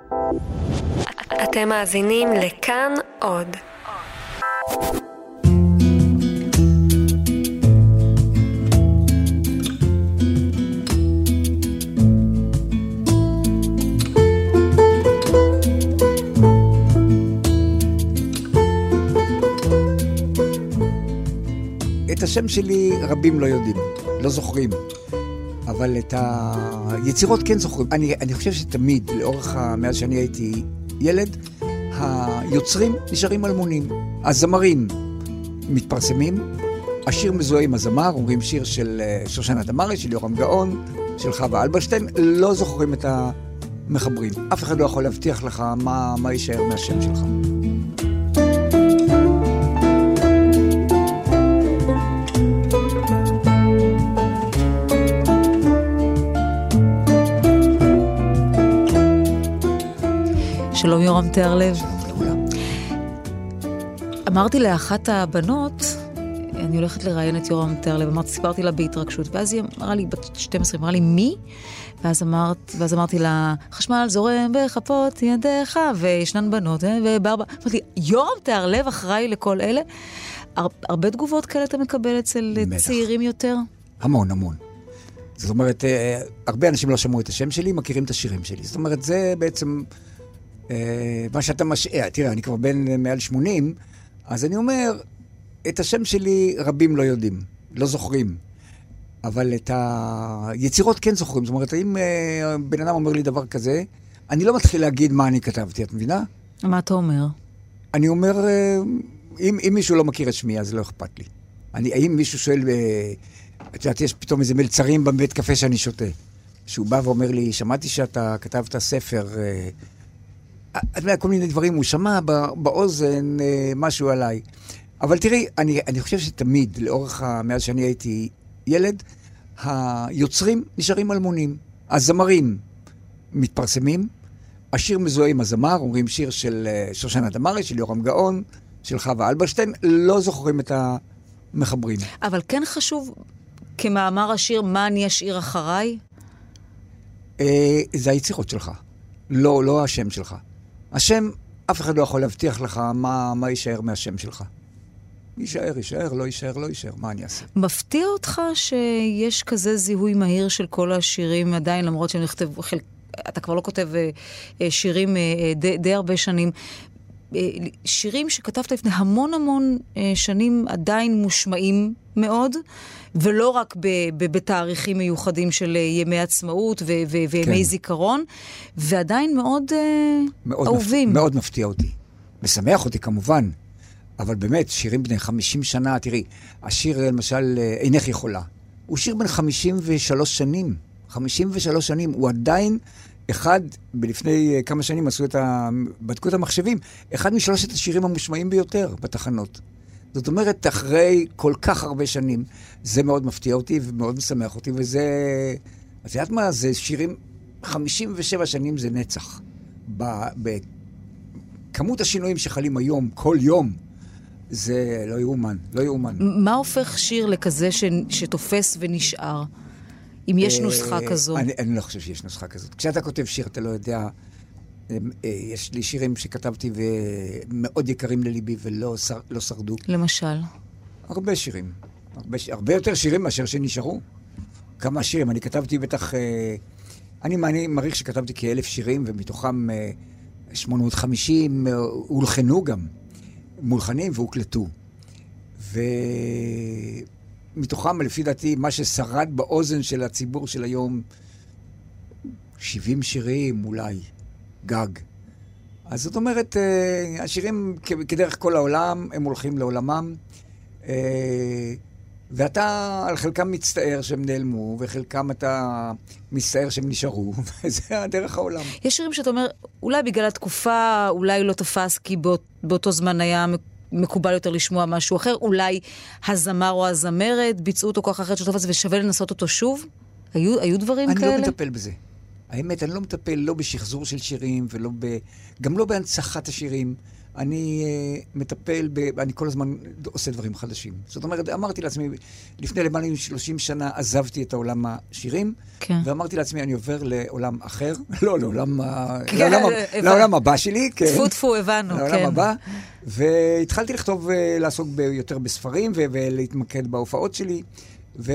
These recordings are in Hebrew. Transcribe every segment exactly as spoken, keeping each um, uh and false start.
אתם מאזינים לכאן עוד. את השם שלי רבים לא יודעים, לא זוכרים. אבל את היצירות כן זוכרים. אני, אני חושב שתמיד, לאורך מאז שאני הייתי ילד, היוצרים נשארים אלמונים. הזמרים מתפרסמים, השיר מזוהה עם הזמר, אומרים שיר של שושנה דמארי, של יורם גאון, של חווה אלברשטיין, לא זוכרים את המחברים. אף אחד לא יכול להבטיח לך מה, מה יישאר מהשם שלך. שלום יורם תיארלב. אמרתי לאחת הבנות, אני הולכת לראיין את יורם תיארלב, אמרתי, סיפרתי לה בהתרגשות, ואז היא אמרה לי, בת שתים עשרה, אמרה לי, מי? ואז, אמרת, ואז אמרתי לה, חשמל זורם בכפות ידיך, וישנן בנות, וברבה. אמרתי, יורם תיארלב אחראי לכל אלה? הר, הרבה תגובות כאלה אתה מקבל אצל מתח. צעירים יותר? המון, המון. זאת אומרת, הרבה אנשים לא שמעו את השם שלי, מכירים את השירים שלי. זאת אומרת, זה בעצם... מה שאתה משאיר, תראה, אני כבר בן מעל שמונים, אז אני אומר, את השם שלי רבים לא יודעים, לא זוכרים, אבל את היצירות כן זוכרים. זאת אומרת, אם בן אדם אומר לי דבר כזה, אני לא מתחיל להגיד מה אני כתבתי, את מבינה? מה אתה אומר? אני אומר, אם, אם מישהו לא מכיר את שמי, אז לא אכפת לי. אני, אם מישהו שואל, את יודעת, יש פתאום איזה מלצרים בבית קפה שאני שותה, שהוא בא ואומר לי, שמעתי שאתה כתבת ספר... את יודעת, כל מיני דברים, הוא שמע באוזן משהו עליי. אבל תראי, אני, אני חושב שתמיד, לאורך מאז שאני הייתי ילד, היוצרים נשארים אלמונים. הזמרים מתפרסמים, השיר מזוהה עם הזמר, אומרים שיר של שושנה דמארי, של יורם גאון, של חווה אלברשטיין, לא זוכרים את המחברים. אבל כן חשוב, כמאמר השיר, מה אני אשאיר אחריי? אה, זה היצירות שלך. לא, לא השם שלך. השם, אף אחד לא יכול להבטיח לך מה, מה יישאר מהשם שלך. יישאר, יישאר, לא יישאר, לא יישאר. מה אני אעשה? מפתיע אותך שיש כזה זיהוי מהיר של כל השירים עדיין, למרות שהם נכתבו, חלק, אתה כבר לא כותב שירים די, די הרבה שנים. שירים שכתבת לפני המון המון שנים עדיין מושמעים מאוד, ולא רק ב- ב- בתאריכים מיוחדים של ימי עצמאות ו- ו- וימי כן. זיכרון, ועדיין מאוד, מאוד אהובים. מפ... מאוד מפתיע אותי. משמח אותי כמובן, אבל באמת, שירים בני חמישים שנה, תראי, השיר למשל, אינך יכולה, הוא שיר בן חמישים ושלוש שנים, חמישים ושלוש שנים, הוא עדיין אחד, בלפני כמה שנים עשו את ה... בדקו את המחשבים, אחד משלושת השירים המושמעים ביותר בתחנות. זאת אומרת, אחרי כל כך הרבה שנים, זה מאוד מפתיע אותי ומאוד משמח אותי, וזה... את יודעת מה? זה שירים... חמישים ושבע שנים זה נצח. בכמות השינויים שחלים היום, כל יום, זה לא יאומן, לא יאומן. מה הופך שיר לכזה ש... שתופס ונשאר? אם יש נוסחה כזו? אני, אני לא חושב שיש נוסחה כזאת. כשאתה כותב שיר, אתה לא יודע... יש לי שירים שכתבתי ומאוד יקרים לליבי ולא שר, לא שרדו. למשל? הרבה שירים. הרבה, הרבה יותר שירים מאשר שנשארו. כמה שירים. אני כתבתי בטח... אני, אני מעריך שכתבתי כאלף שירים, ומתוכם שמונה מאות וחמישים הולחנו גם. מולחנים והוקלטו. ומתוכם, לפי דעתי, מה ששרד באוזן של הציבור של היום, שבעים שירים אולי. גג. אז זאת אומרת, השירים כדרך כל העולם, הם הולכים לעולמם, ואתה על חלקם מצטער שהם נעלמו, וחלקם אתה מצטער שהם נשארו, וזה הדרך העולם. יש שירים שאתה אומר, אולי בגלל התקופה, אולי לא תפס, כי באות, באותו זמן היה מקובל יותר לשמוע משהו אחר, אולי הזמר או הזמרת ביצעו אותו כוח אחרת שתופס, ושווה לנסות אותו שוב? היו, היו דברים אני כאלה? אני לא מטפל בזה. האמת, אני לא מטפל לא בשחזור של שירים, ולא ב... גם לא בהנצחת השירים. אני uh, מטפל, ב... אני כל הזמן עושה דברים חדשים. זאת אומרת, אמרתי לעצמי, לפני למעלה מ-שלושים שנה עזבתי את העולם השירים, כן. ואמרתי לעצמי, אני עובר לעולם אחר, לא, לעולם, כן, לעולם, הבנ... לעולם הבא שלי, כן. תפו תפו, הבנו, לעולם כן. הבא, והתחלתי לכתוב, לעסוק ב... יותר בספרים, ו... ולהתמקד בהופעות שלי, ו...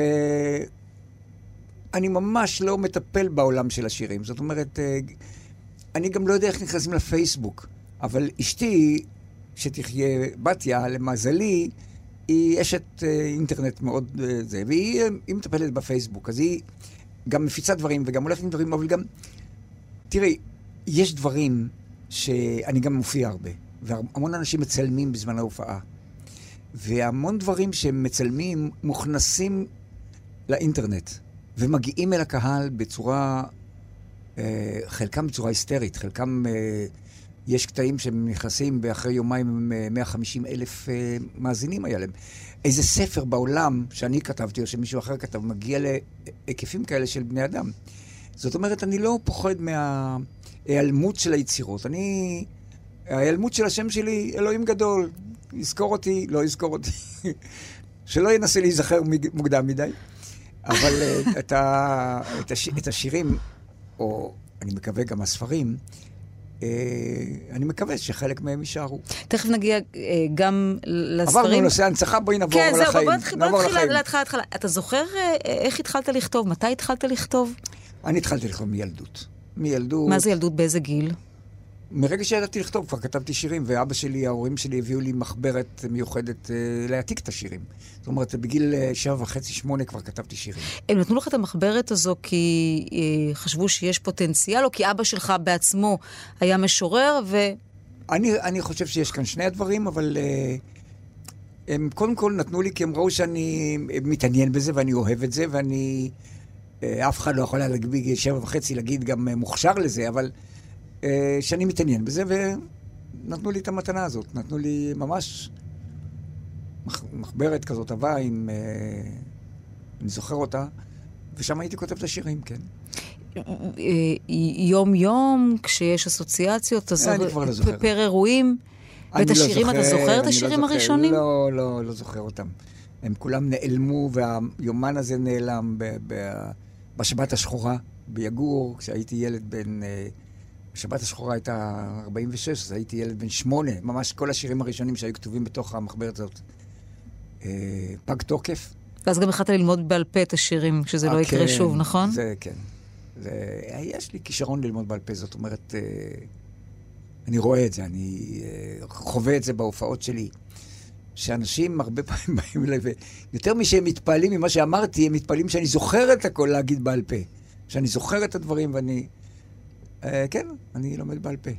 אני ממש לא מטפל בעולם של השירים. זאת אומרת, אני גם לא יודע איך נכנסים לפייסבוק, אבל אשתי, שתחיה בתיה, למזלי, היא אשת אינטרנט מאוד זה, והיא מטפלת בפייסבוק, אז היא גם מפיצה דברים וגם הולכת עם דברים, אבל גם, תראי, יש דברים שאני גם מופיע הרבה, והמון אנשים מצלמים בזמן ההופעה, והמון דברים שהם מצלמים מוכנסים לאינטרנט. ומגיעים אל הקהל בצורה, אה, חלקם בצורה היסטרית, חלקם, אה, יש קטעים שהם נכנסים באחרי יומיים עם מאה וחמישים אלף אה, מאזינים היה להם. איזה ספר בעולם שאני כתבתי או שמישהו אחר כתב, מגיע להיקפים כאלה של בני אדם. זאת אומרת, אני לא פוחד מההיעלמות של היצירות. אני, ההיעלמות של השם שלי, אלוהים גדול, יזכור אותי, לא יזכור אותי. שלא ינסה להיזכר מוקדם מדי. אבל את, ה, את, הש, את השירים, או אני מקווה גם הספרים, אני מקווה שחלק מהם יישארו. תכף נגיע גם לספרים. עברנו נושא הנצחה, בואי נעבור כן, לחיים. כן, זהו, בוא נתחיל להתחלה, להתחלה. אתה זוכר איך התחלת לכתוב? מתי התחלת לכתוב? אני התחלתי לכתוב מילדות. מילדות. מה זה ילדות? באיזה גיל? מרגע שידעתי לכתוב, כבר כתבתי שירים, ואבא שלי, ההורים שלי הביאו לי מחברת מיוחדת אה, להעתיק את השירים. זאת אומרת, בגיל אה, שבע וחצי, שמונה כבר כתבתי שירים. הם נתנו לך את המחברת הזו כי אה, חשבו שיש פוטנציאל, או כי אבא שלך בעצמו היה משורר, ו... אני, אני חושב שיש כאן שני הדברים, אבל אה, הם קודם כל נתנו לי, כי הם ראו שאני מתעניין בזה, ואני אוהב את זה, ואני... אה, אף אחד לא יכול להגיד בגיל שבע וחצי להגיד גם אה, מוכשר לזה, אבל... שאני מתעניין בזה, ונתנו לי את המתנה הזאת. נתנו לי ממש מחברת כזאת טובה, עם... אני זוכר אותה, ושם הייתי כותב את השירים, כן. יום-יום, כשיש אסוציאציות, אני כבר לא זוכר. פר אירועים, ואת השירים, אתה זוכר את השירים הראשונים? לא, לא, לא זוכר אותם. הם כולם נעלמו, והיומן הזה נעלם בשבת השחורה, ביגור, כשהייתי ילד בן... השבת השחורה הייתה ארבעים ושש, אז הייתי ילד בן שמונה. ממש כל השירים הראשונים שהיו כתובים בתוך המחברת הזאת. פג תוקף. ואז גם החלטת ללמוד בעל פה את השירים, כשזה לא יקרה שוב, נכון? זה כן. יש לי כישרון ללמוד בעל פה, זאת אומרת, אני רואה את זה, אני חווה את זה בהופעות שלי. שאנשים הרבה פעמים באים אליי, ויותר משהם מתפעלים ממה שאמרתי, הם מתפעלים שאני זוכר את הכל להגיד בעל פה. שאני זוכר את הדברים ואני... כן, אני לומד בעל פה.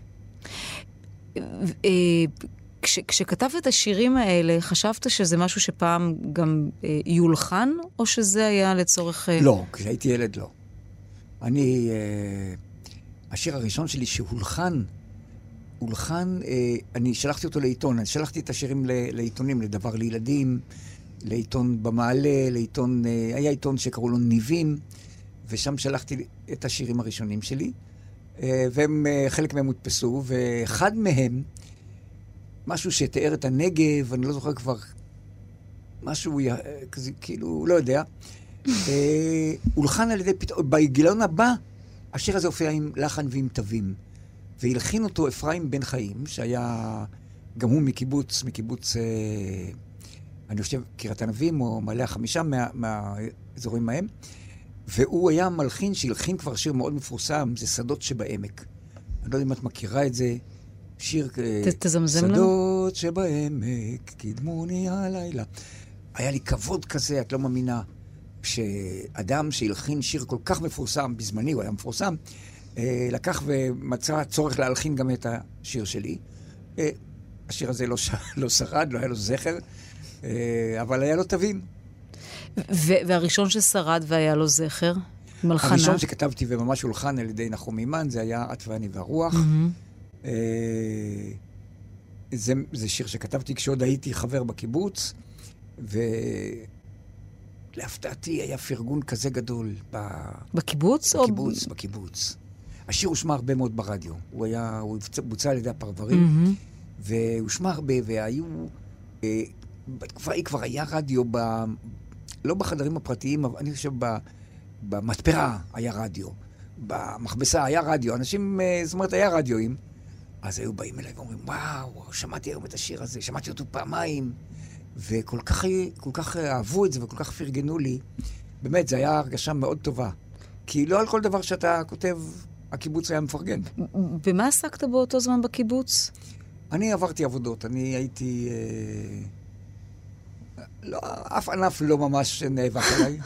כשכתבת את השירים האלה, חשבת שזה משהו שפעם גם יולחן, או שזה היה לצורך... לא, כשהייתי ילד לא. אני... השיר הראשון שלי שהולחן, הולחן, אני שלחתי אותו לעיתון, אני שלחתי את השירים לעיתונים, לדבר לילדים, לעיתון במעלה, לעיתון... היה עיתון שקראו לו ניבים, ושם שלחתי את השירים הראשונים שלי. והם, חלק מהם הודפסו, ואחד מהם, משהו שתיאר את הנגב, אני לא זוכר כבר, משהו כזה, כאילו, לא יודע, הולחן על ידי פתאום, בגילון הבא, השיר הזה הופיע עם לחן ועם תווים, והלחין אותו אפרים בן חיים, שהיה גם הוא מקיבוץ, מקיבוץ, אני חושב, קירת ענבים, או מעלה החמישה, מה, מהאזורים מהם, והוא היה מלחין שהלחין כבר שיר מאוד מפורסם, זה שדות שבעמק. אני לא יודע אם את מכירה את זה, שיר... תזמזם לנו. שדות שבעמק, קדמוני הלילה. היה לי כבוד כזה, את לא מאמינה, שאדם שהלחין שיר כל כך מפורסם, בזמני הוא היה מפורסם, לקח ומצא צורך להלחין גם את השיר שלי. השיר הזה לא, ש... לא שרד, לא היה לו זכר, אבל היה לו תווים. והראשון ששרד והיה לו זכר? מלחנה? הראשון שכתבתי וממש הולחן על ידי נחום אימן, זה היה את ואני והרוח. זה, זה שיר שכתבתי כשעוד הייתי חבר בקיבוץ, ולהפתעתי היה פרגון כזה גדול. בקיבוץ? בקיבוץ, בקיבוץ. השיר הושמע הרבה מאוד ברדיו. הוא היה, הוא בוצע על ידי הפרברים, mm-hmm. והוא שמע הרבה, והיו... אה, כבר, כבר היה רדיו, ב, לא בחדרים הפרטיים, אבל אני חושב ב, במתפרה היה רדיו. במכבסה היה רדיו. אנשים, אה, זאת אומרת, היה רדיואים. אז היו באים אליי ואומרים, וואו, שמעתי היום את השיר הזה, שמעתי אותו פעמיים. וכל כך, כל כך אהבו את זה וכל כך פרגנו לי. באמת, זו הייתה הרגשה מאוד טובה. כי לא על כל דבר שאתה כותב, הקיבוץ היה מפרגן. ומה עסקת באותו זמן בקיבוץ? אני עברתי עבודות. אני הייתי... אה, לא, אף ענף לא ממש נאבק עליי.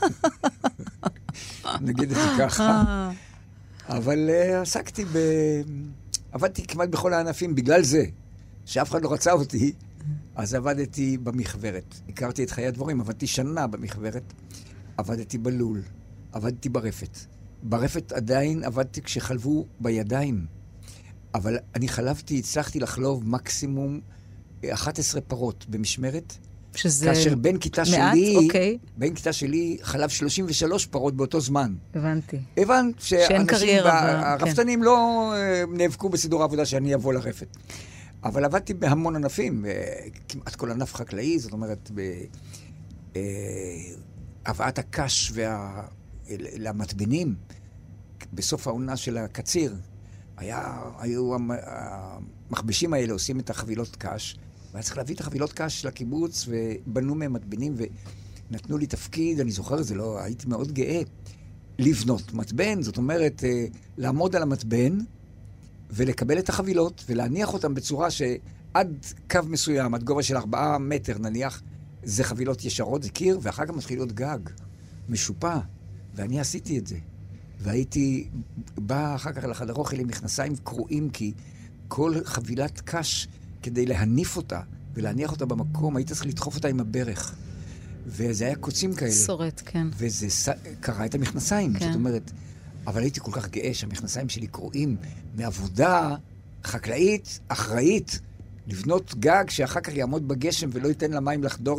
נגיד את זה ככה. אבל אה, עסקתי ב... עבדתי כמעט בכל הענפים בגלל זה, שאף אחד לא רצה אותי. אז עבדתי במחברת. הכרתי את חיי הדבורים, עבדתי שנה במחברת. עבדתי בלול, עבדתי ברפת. ברפת עדיין עבדתי כשחלבו בידיים. אבל אני חלבתי, הצלחתי לחלוב מקסימום אחת עשרה פרות במשמרת. שזה כאשר בין כיתה מעט? שלי, אוקיי. בין כיתה שלי חלב שלושים ושלוש פרות באותו זמן. הבנתי. הבנת שאנשים, בה, הרפתנים כן. לא נאבקו בסידור העבודה שאני אבוא לרפת. אבל עבדתי בהמון ענפים, כמעט כל ענף חקלאי, זאת אומרת, בהבאת הקש וה... למטבנים, בסוף העונה של הקציר, היה, היו המחבשים האלה עושים את החבילות קש, והיה צריך להביא את החבילות קש לקיבוץ, ובנו מהם מטבנים, ונתנו לי תפקיד, אני זוכר, זה לא, הייתי מאוד גאה, לבנות מטבן, זאת אומרת, לעמוד על המטבן, ולקבל את החבילות, ולהניח אותם בצורה שעד קו מסוים, עד גובה של ארבעה מטר נניח, זה חבילות ישרות, זה קיר, ואחר כך מתחיל להיות גג, משופע. ואני עשיתי את זה. והייתי בא אחר כך לחדר אוכל עם מכנסיים קרועים, כי כל חבילת קש, כדי להניף אותה ולהניח אותה במקום, היית צריך לדחוף אותה עם הברך. וזה היה קוצים כאלה. סורט, כן. וזה ס... קרא את המכנסיים, כן. זאת אומרת, אבל הייתי כל כך גאה שהמכנסיים שלי קרועים מעבודה חקלאית, אחראית, לבנות גג שאחר כך יעמוד בגשם ולא ייתן למים לחדור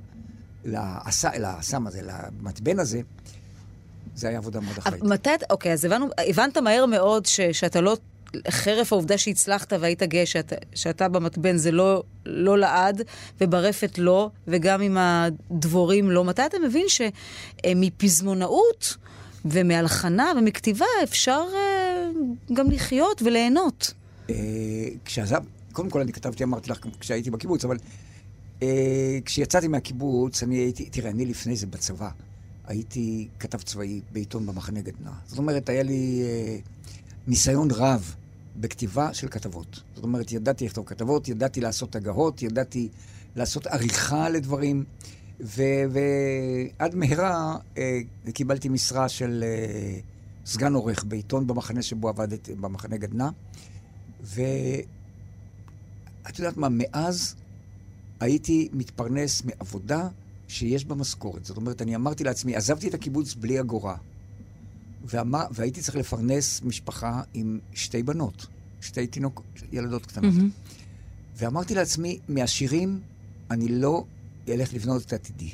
לאסם הזה, למטבן הזה. זה היה עבודה מאוד אחראית. מתי, אוקיי, אז הבנו, הבנת מהר מאוד ש, שאתה לא, חרף העובדה שהצלחת והיית גאה, שאתה, שאתה במטבן זה לא, לא לעד, וברפת לא, וגם עם הדבורים לא. מתי אתה מבין שמפזמונאות ומהלחנה ומכתיבה אפשר גם לחיות וליהנות? כשעזב, קודם כל אני כתבתי, אמרתי לך, כשהייתי בקיבוץ, אבל כשיצאתי מהקיבוץ, אני הייתי, תראה, אני לפני זה בצבא. הייתי כתב צבאי בעיתון במחנה גדנ"ע. זאת אומרת, היה לי אה, ניסיון רב בכתיבה של כתבות. זאת אומרת, ידעתי לכתוב כתבות, ידעתי לעשות הגהות, ידעתי לעשות עריכה לדברים, ו- ועד מהרה אה, קיבלתי משרה של אה, סגן עורך בעיתון במחנה שבו עבדתי, במחנה גדנ"ע. ואת יודעת מה, מאז הייתי מתפרנס מעבודה שיש בה משכורת. זאת אומרת, אני אמרתי לעצמי, עזבתי את הקיבוץ בלי אגורה, ואמר, והייתי צריך לפרנס משפחה עם שתי בנות, שתי תינוק, ילדות קטנות. Mm-hmm. ואמרתי לעצמי, מהשירים אני לא אלך לבנות את עתידי.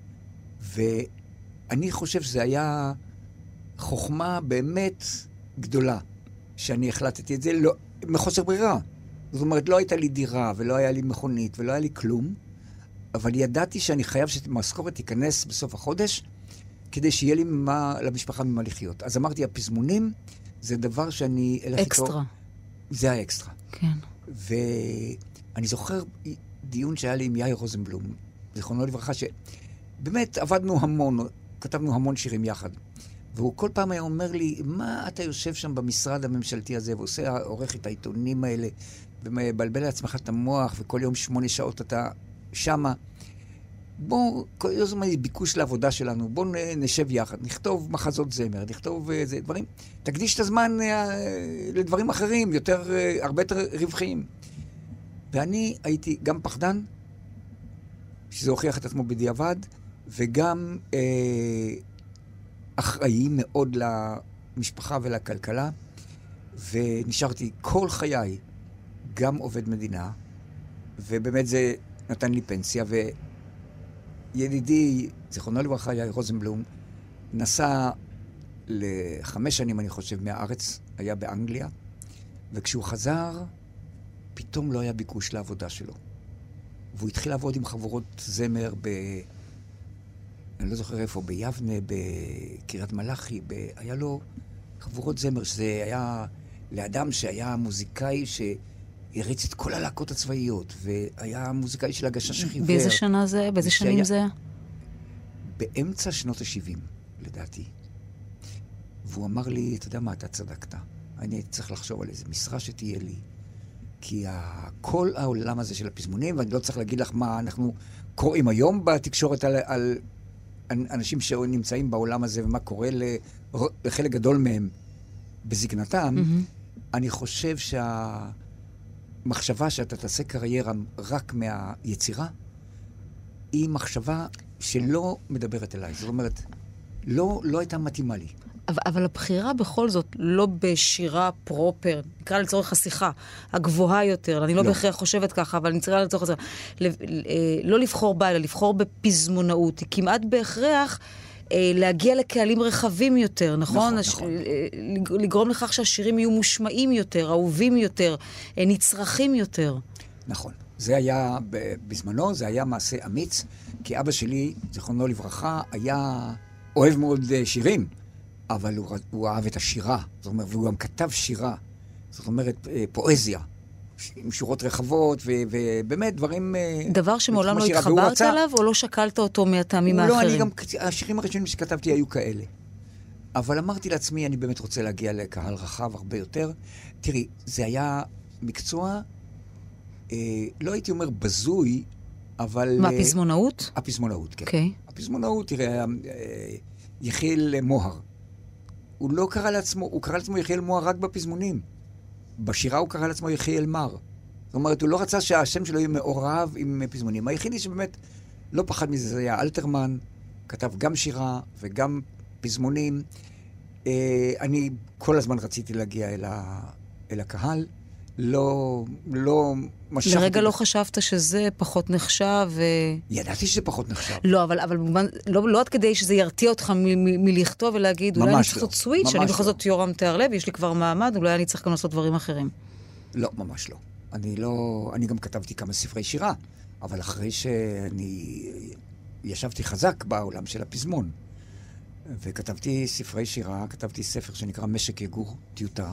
ואני חושב שזה היה חוכמה באמת גדולה, שאני החלטתי את זה, לא, מחוסר ברירה. זאת אומרת, לא הייתה לי דירה, ולא היה לי מכונית, ולא היה לי כלום, אבל ידעתי שאני חייב שהמשכורת תיכנס בסוף החודש, כדי שיהיה לי מה, למשפחה ממה לחיות. אז אמרתי, הפזמונים זה דבר שאני אלך איתו... אקסטרה. זה האקסטרה. כן. ואני זוכר דיון שהיה לי עם יאיר רוזנבלום, זיכרונו לברכה, שבאמת עבדנו המון, כתבנו המון שירים יחד. והוא כל פעם היה אומר לי, מה אתה יושב שם במשרד הממשלתי הזה, ועושה, עורך את העיתונים האלה, ומבלבל לעצמך את המוח, וכל יום שמונה שעות אתה שמה. בוא, כל יום יש ביקוש לעבודה שלנו, בוא נשב יחד, נכתוב מחזות זמר, נכתוב זה, דברים, תקדיש את הזמן לדברים אחרים, יותר, הרבה יותר רווחיים. ואני הייתי גם פחדן, שזה הוכיח את עצמו בדיעבד, וגם אה, אחראי מאוד למשפחה ולכלכלה, ונשארתי כל חיי גם עובד מדינה, ובאמת זה נתן לי פנסיה, וידידי, זיכרונו לברכה, יאיר רוזנבלום, נסע לחמש שנים, אני חושב, מהארץ, היה באנגליה, וכשהוא חזר, פתאום לא היה ביקוש לעבודה שלו. והוא התחיל לעבוד עם חבורות זמר ב... אני לא זוכר איפה, ביבנה, בקריית מלאכי, ב... היה לו חבורות זמר, שזה היה לאדם שהיה מוזיקאי שהריץ את כל הלהקות הצבאיות, והיה מוזיקאי של הגשש חיוור. באיזה שנה זה? באיזה שנים שהיה... זה? באמצע שנות ה-שבעים, לדעתי. והוא אמר לי, אתה יודע מה, אתה צדקת. אני צריך לחשוב על איזה משרה שתהיה לי. כי כל העולם הזה של הפזמונים, ואני לא צריך להגיד לך מה אנחנו קוראים היום בתקשורת על, על אנשים שנמצאים בעולם הזה, ומה קורה לחלק גדול מהם בזקנתם, mm-hmm. אני חושב שהמחשבה שאתה תעשה קריירה רק מהיצירה, היא מחשבה שלא מדברת אליי. זאת אומרת, לא, לא הייתה מתאימה לי. אבל, אבל הבחירה בכל זאת לא בשירה פרופר, נקרא לצורך השיחה, הגבוהה יותר, אני לא, לא. בהכרח חושבת ככה, אבל אני צריכה לצורך השיחה, לא לבחור בה, אלא לבחור בפזמונאות, היא כמעט בהכרח להגיע לקהלים רחבים יותר, נכון? נכון, הש... נכון. לגרום לכך שהשירים יהיו מושמעים יותר, אהובים יותר, נצרכים יותר. נכון. זה היה, בזמנו, זה היה מעשה אמיץ, כי אבא שלי, זיכרונו לברכה, היה אוהב מאוד שירים, אבל הוא, הוא אהב את השירה, זאת אומרת, והוא גם כתב שירה, זאת אומרת, פואזיה, עם שורות רחבות, ו, ובאמת דברים... דבר שמעולם לא התחברת רצה... אליו, או לא שקלת אותו מהטעמים האחרים? לא, אני גם, השירים הראשונים שכתבתי היו כאלה. אבל אמרתי לעצמי, אני באמת רוצה להגיע לקהל רחב הרבה יותר. תראי, זה היה מקצוע, אה, לא הייתי אומר בזוי, אבל... מה, פזמונאות? הפזמונאות, כן. אוקיי. הפזמונאות, תראה, אה, יחיאל מוהר. הוא לא קרא לעצמו, הוא קרא לעצמו יחיאל מוהר רק בפזמונים. בשירה הוא קרא לעצמו יחיאל מר. זאת אומרת, הוא לא רצה שהשם שלו יהיה מעורב עם פזמונים. היחידי שבאמת לא פחד מזה, זה היה אלתרמן, כתב גם שירה וגם פזמונים. אה, אני כל הזמן רציתי להגיע אל, ה, אל הקהל. לא, לא משכתי... לרגע לא חשבת שזה פחות נחשב ו... ידעתי שזה פחות נחשב. לא, אבל, אבל לא, לא עד כדי שזה ירתיע אותך מ- מ- מלכתוב ולהגיד, אולי אני צריך לעשות סוויץ', אני בכל זאת יורם תיארלב, יש לי כבר מעמד, אולי אני צריך גם לעשות דברים אחרים. לא, ממש לא. אני לא... אני גם כתבתי כמה ספרי שירה, אבל אחרי שאני ישבתי חזק בעולם של הפזמון, וכתבתי ספרי שירה, כתבתי ספר שנקרא משק יגור, טיוטה,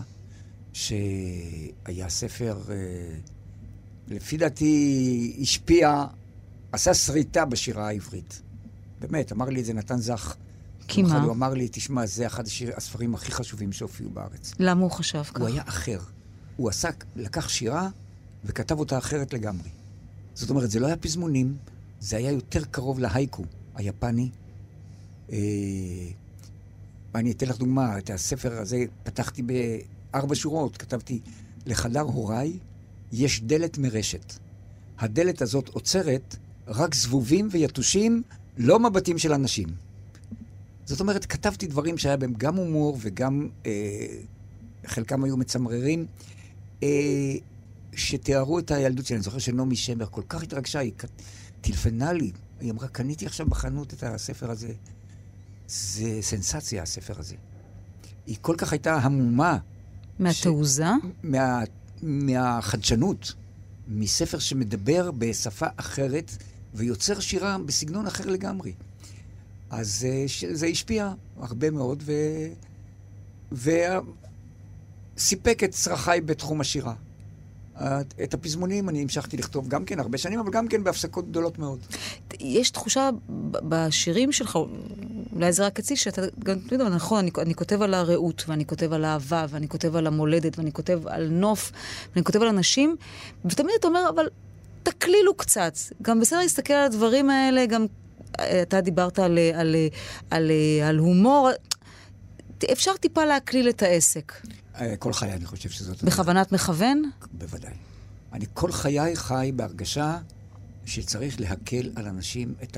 שהיה ספר, לפי דעתי, השפיע, עשה שריטה בשירה העברית. באמת, אמר לי את זה נתן זך. כי מה? הוא אמר לי, תשמע, זה אחד השיר, הספרים הכי חשובים שהופיעו בארץ. למה הוא חשב כך? הוא היה אחר. הוא עסק, לקח שירה וכתב אותה אחרת לגמרי. זאת אומרת, זה לא היה פזמונים, זה היה יותר קרוב להייקו, היפני. אה, אני אתן לך דוגמה, את הספר הזה פתחתי ב... ארבע שורות, כתבתי, לחדר הוריי יש דלת מרשת. הדלת הזאת עוצרת רק זבובים ויתושים, לא מבטים של אנשים. זאת אומרת, כתבתי דברים שהיה בהם גם הומור וגם, אה, חלקם היו מצמררים, אה, שתיארו את הילדות שלי. אני זוכר שנעמי שמר כל כך התרגשה, היא טלפנה לי, היא אמרה, קניתי עכשיו בחנות את הספר הזה. זה סנסציה, הספר הזה. היא כל כך הייתה המומה, מהתעוזה? מה, מהחדשנות, מספר שמדבר בשפה אחרת ויוצר שירה בסגנון אחר לגמרי. אז זה השפיע הרבה מאוד ו... וסיפק את צרכיי בתחום השירה. את הפזמונים אני המשכתי לכתוב גם כן הרבה שנים, אבל גם כן בהפסקות גדולות מאוד. יש תחושה בשירים שלך, אולי זה רק אצלי, שאתה גם, אתה יודע, נכון, אני, אני כותב על הרעות, ואני כותב על אהבה, ואני כותב על המולדת, ואני כותב על נוף, ואני כותב על אנשים, ותמיד אתה אומר, אבל תקלילו קצת. גם בסדר להסתכל על הדברים האלה, גם אתה דיברת על, על, על, על הומור, אפשר טיפה להקליל את העסק. כל חיי אני חושב שזאת... בכוונת מכוון? בוודאי. אני כל חיי חי בהרגשה שצריך להקל על אנשים את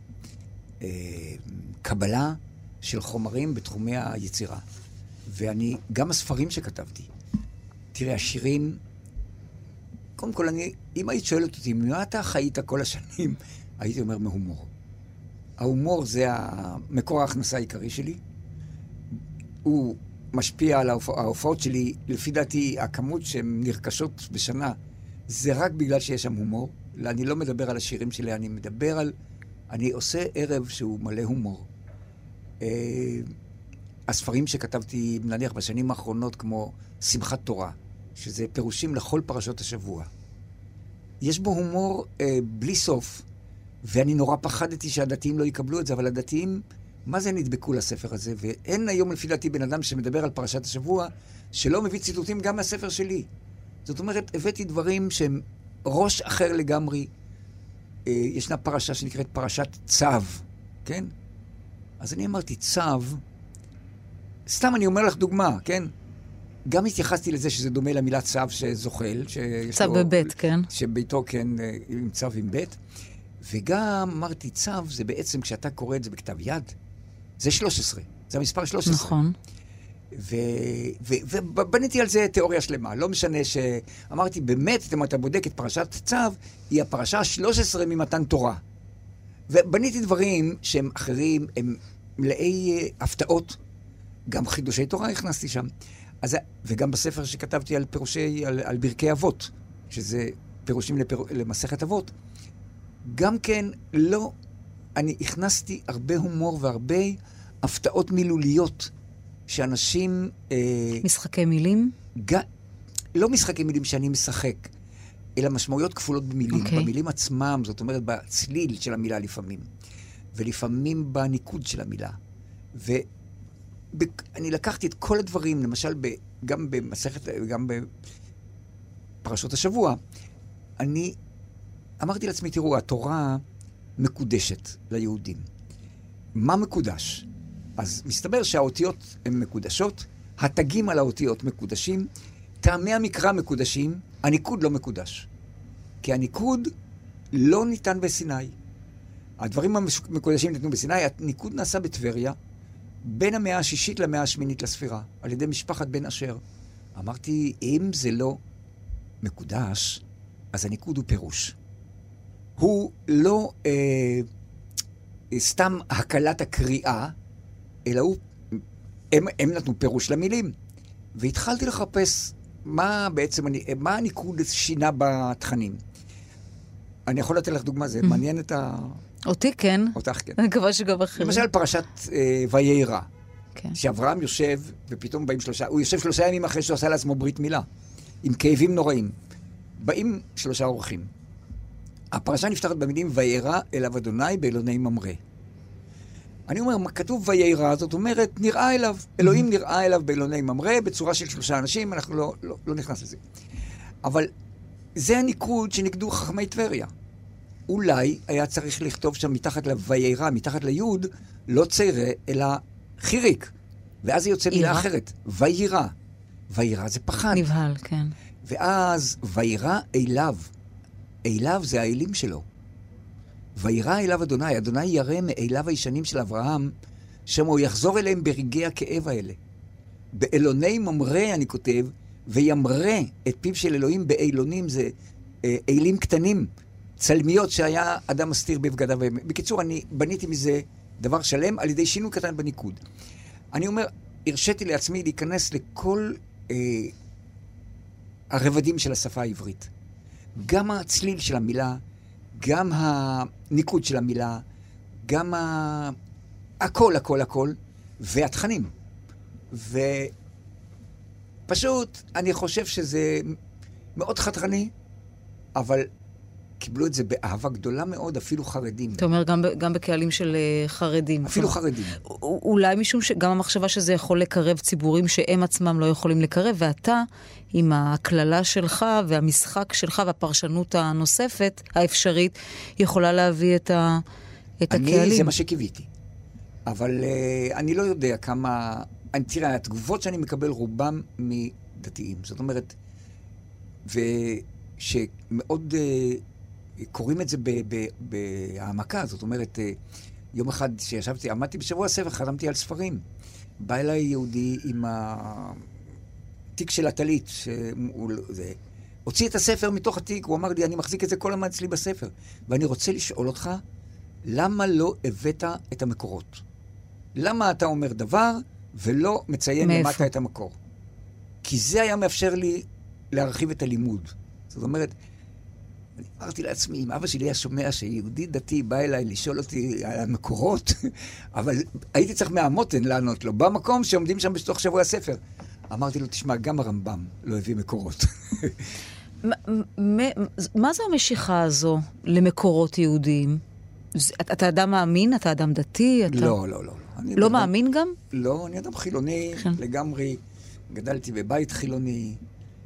הקבלה של חומרים בתחומי היצירה. ואני, גם הספרים שכתבתי, תראה, השירים, קודם כל, אני, אם היית שואלת אותי, מה אתה חיית כל השנים? הייתי אומר מהומור. ההומור זה המקור ההכנסה העיקרי שלי. הוא משפיע על ההופ... ההופעות שלי, לפי דעתי, הכמות שהן נרכשות בשנה, זה רק בגלל שיש שם הומור. אני לא מדבר על השירים שלי, אני מדבר על... אני עושה ערב שהוא מלא הומור. אה, הספרים שכתבתי, נניח, בשנים האחרונות, כמו שמחת תורה, שזה פירושים לכל פרשות השבוע. יש בו הומור אה, בלי סוף, ואני נורא פחדתי שהדתיים לא יקבלו את זה, אבל הדתיים, מה זה נדבקו לספר הזה? ואין היום לפי דעתי בן אדם שמדבר על פרשת השבוע, שלא מביא ציטוטים גם מהספר שלי. זאת אומרת, הבאתי דברים שהם ראש אחר לגמרי. אה, ישנה פרשה שנקראת פרשת צו, כן? אז אני אמרתי, צו, סתם אני אומר לך דוגמה, כן? גם התייחסתי לזה שזה דומה למילה צו שזוחל. צו בבית, כן. שביתו, כן, עם צו עם בית. וגם אמרתי, צו זה בעצם, כשאתה קורא את זה בכתב יד, זה שלוש עשרה. זה המספר שלוש עשרה. נכון. ובניתי על זה תיאוריה שלמה. לא משנה שאמרתי, באמת, אם אתה בודק את פרשת צו, היא הפרשה ה-שלוש עשרה ממתן תורה. ובניתי דברים שהם אחרים, הם מלאי הפתעות. גם חידושי תורה הכנסתי שם. אז, וגם בספר שכתבתי על פירושי, על, על ברכי אבות, שזה פירושים לפיר, למסכת אבות, גם כן לא, אני הכנסתי הרבה הומור והרבה הפתעות מילוליות שאנשים... אה, משחקי מילים? ג, לא משחקי מילים שאני משחק, אלא משמעויות כפולות במילים. Okay. במילים עצמם, זאת אומרת, בצליל של המילה לפעמים, ולפעמים בניקוד של המילה. ואני לקחתי את כל הדברים, למשל, ב, גם במסכת, גם בפרשות השבוע, אני אמרתי לעצמי, תראו, התורה מקודשת ליהודים. מה מקודש? אז מסתבר שהאותיות הן מקודשות, התגים על האותיות מקודשים, טעמי המקרא מקודשים, הניקוד לא מקודש. כי הניקוד לא ניתן בסיני. הדברים המקודשים ניתנו בסיני, הניקוד נעשה בטבריה, בין המאה השישית למאה השמינית לספירה, על ידי משפחת בן אשר. אמרתי, אם זה לא מקודש, אז הניקוד הוא פירוש. הוא לא אה, סתם הקלת הקריאה, אלא הוא, הם, הם נתנו פירוש למילים. והתחלתי לחפש מה בעצם, אני, מה הניקוד שינה בתכנים. אני יכול לתת לך דוגמה, זה מעניין את ה... אותי כן. אותך כן. אני מקווה שגם אחרים. למשל פרשת אה, ויירא. כן. שאברהם יושב, ופתאום באים שלושה, הוא יושב שלושה ימים אחרי שהוא עשה לעצמו ברית מילה, עם כאבים נוראים. באים שלושה אורחים. הפרשה נפתחת במילים, ויירא אליו אדוני באלוני ממרא. אני אומר, מה כתוב ויירא? זאת אומרת, נראה אליו. אלוהים נראה אליו באלוני ממרא, בצורה של שלושה אנשים, אנחנו לא, לא, לא נכנס לזה. אבל זה הניקוד שנקדו חכמי טבריה. אולי היה צריך לכתוב שם מתחת לוויירא, מתחת ליוד, לא ציירא, אלא חיריק. ואז זה יוצא מילה אחרת. ויירא. ויירא זה פחד. נבהל, כן. ואז ויירא אליו. אליו זה האלים שלו. ויירא אליו אדוני. אדוני ירא מאליו הישנים של אברהם, שם הוא יחזור אליהם ברגעי הכאב האלה. באלוני ממרא, אני כותב, וימרא את פיו של אלוהים באילונים, זה אה, אלים קטנים, צלמיות שהיה אדם מסתיר בבגדיו. בקיצור, אני בניתי מזה דבר שלם על ידי שינוי קטן בניקוד. אני אומר, הרשיתי לעצמי להיכנס לכל אה, הרבדים של השפה העברית. גם הצליל של המילה, גם הניקוד של המילה, גם ה... הכל, הכל, הכל, והתכנים. ופשוט, אני חושב שזה מאוד חתרני, אבל קיבלו את זה באהבה גדולה מאוד, אפילו חרדים. אתה אומר, גם, גם בקהלים של uh, חרדים. אפילו חרדים. אולי משום שגם המחשבה שזה יכול לקרב ציבורים שהם עצמם לא יכולים לקרב, ואתה, עם הכללה שלך והמשחק שלך והפרשנות הנוספת, האפשרית, יכולה להביא את, ה, את אני, הקהלים. אני, זה מה שקיוויתי. אבל uh, אני לא יודע כמה... אני, תראה, התגובות שאני מקבל רובם מדתיים. זאת אומרת, ושמאוד... Uh, קוראים את זה בהעמקה, זאת אומרת, יום אחד שישבתי, עמדתי בשבוע הספר, חלמתי על ספרים. בא אליי יהודי עם התיק של הטלית, הוציא את הספר מתוך התיק, הוא אמר לי, אני מחזיק את זה כל הזמן אצלי בספר, ואני רוצה לשאול אותך, למה לא הבאת את המקורות? למה אתה אומר דבר, ולא מציין מאיפה? למטה את המקור. כי זה היה מאפשר לי להרחיב את הלימוד. זאת אומרת, אני אמרתי לעצמי, אם אבא שלי היה שומע שיהודי דתי בא אליי לשאול אותי על המקורות, אבל הייתי צריך מהמותן לענות לו, במקום שעומדים שם בתוך שבוע הספר. אמרתי לו, תשמע, גם הרמב"ם לא הביא מקורות. מה זו המשיכה הזו למקורות יהודיים? אתה אדם מאמין? אתה אדם דתי? לא, לא, לא. לא מאמין גם? לא, אני אדם חילוני לגמרי. גדלתי בבית חילוני.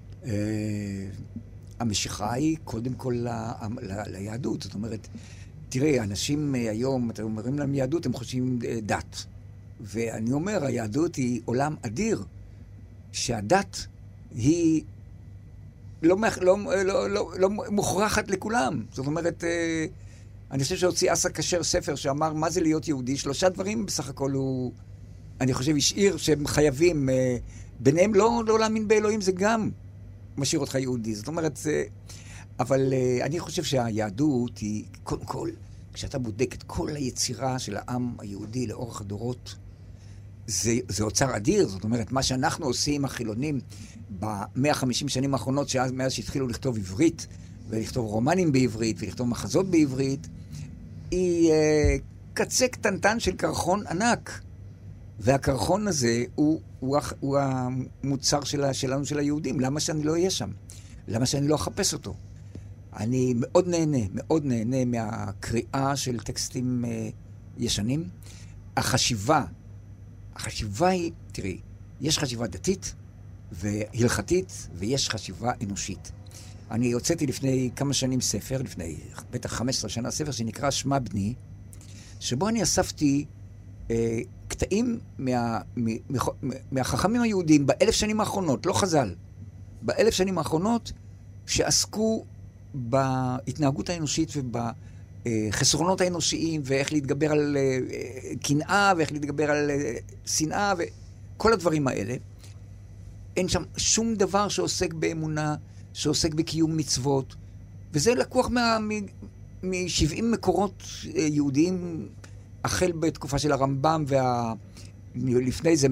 המשיכה היא קודם כל ליהדות. זאת אומרת, תראה, אנשים היום, אתם אומרים להם יהדות, הם חושבים דת. ואני אומר, היהדות היא עולם אדיר, שהדת היא לא, לא, לא, לא, לא מוכרחת לכולם. זאת אומרת, אני חושב שהוציא אסא כשר ספר שאמר מה זה להיות יהודי. שלושה דברים בסך הכל הוא, אני חושב, השאיר שהם חייבים. ביניהם לא, לא להאמין באלוהים זה גם משאיר אותך יהודי. זאת אומרת, זה, אבל אני חושב שהיהדות היא, קודם כל, כשאתה בודק את כל היצירה של העם היהודי לאורך הדורות, זה, זה אוצר אדיר. זאת אומרת, מה שאנחנו עושים, החילונים, ב-מאה וחמישים שנים האחרונות, שאז מאז שהתחילו לכתוב עברית, ולכתוב רומנים בעברית, ולכתוב מחזות בעברית, היא אה, קצה קטנטן של קרחון ענק. והקרחון הזה הוא, הוא, הוא המוצר של, שלנו, של היהודים. למה שאני לא אהיה שם? למה שאני לא אחפש אותו? אני מאוד נהנה, מאוד נהנה מהקריאה של טקסטים אה, ישנים. החשיבה, החשיבה היא, תראי, יש חשיבה דתית והלכתית, ויש חשיבה אנושית. אני הוצאתי לפני כמה שנים ספר, לפני בטח חמש עשרה שנה, ספר שנקרא שמע בני, שבו אני אספתי אה, קטעים מה, מה, מה, מהחכמים היהודים באלף שנים האחרונות, לא חז"ל, באלף שנים האחרונות, שעסקו בהתנהגות האנושית ובחסרונות האנושיים, ואיך להתגבר על אה, קנאה, ואיך להתגבר על אה, שנאה, וכל הדברים האלה. אין שם שום דבר שעוסק באמונה, שעוסק בקיום מצוות, וזה לקוח מ-שבעים מקורות יהודיים, החל בתקופה של הרמב"ם, ולפני זה,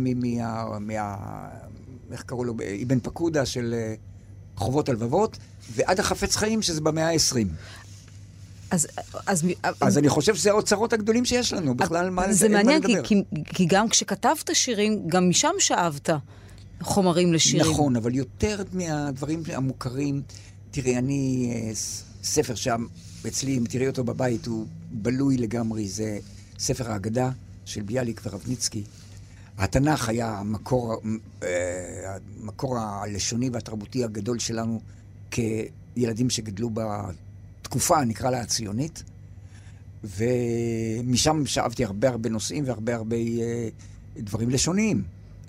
איך קראו לו, אבן פקודה של חובות הלבבות, ועד החפץ חיים, שזה במאה ה-עשרים. אז, אז, אז אני חושב שזה האוצרות הגדולים שיש לנו, בכלל מה, זה מעניין, כי, כי, כי גם כשכתבת שירים, גם משם שאבת חומרים לשירים. נכון, אבל יותר מהדברים המוכרים, תראי, אני, ספר שם אצלי, אם תראי אותו בבית, הוא בלוי לגמרי, זה ספר ההגדה של ביאליק ורבניצקי. התנ"ך היה המקור, המקור הלשוני והתרבותי הגדול שלנו כילדים שגדלו בתקופה, נקרא לה הציונית, ומשם שאבתי הרבה הרבה נושאים והרבה הרבה דברים לשוניים.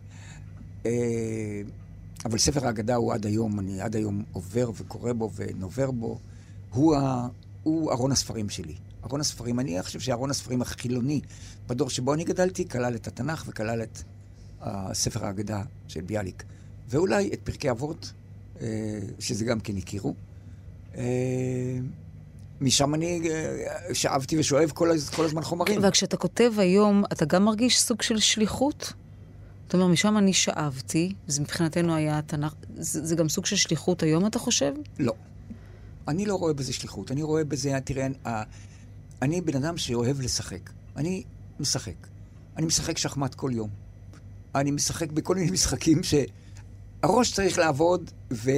אבל ספר ההגדה הוא עד היום, אני עד היום עובר וקורא בו ונובר בו, הוא, ה, הוא ארון הספרים שלי. ארון הספרים, אני חושב שארון הספרים החילוני בדור שבו אני גדלתי, כלל את התנ"ך וכלל את uh, ספר ההגדה של ביאליק. ואולי את פרקי אבות, uh, שזה גם כן הכירו. Uh, משם אני uh, שאבתי ושואב כל, כל הזמן חומרים. וכשאתה כותב היום, אתה גם מרגיש סוג של שליחות? זאת אומרת, משם אני שאבתי, זה מבחינתנו היה התנ"ך, זה, זה גם סוג של שליחות היום, אתה חושב? לא. אני לא רואה בזה שליחות. אני רואה בזה, תראה, אני בן אדם שאוהב לשחק. אני משחק. אני משחק שחמט כל יום. אני משחק בכל מיני משחקים שהראש צריך לעבוד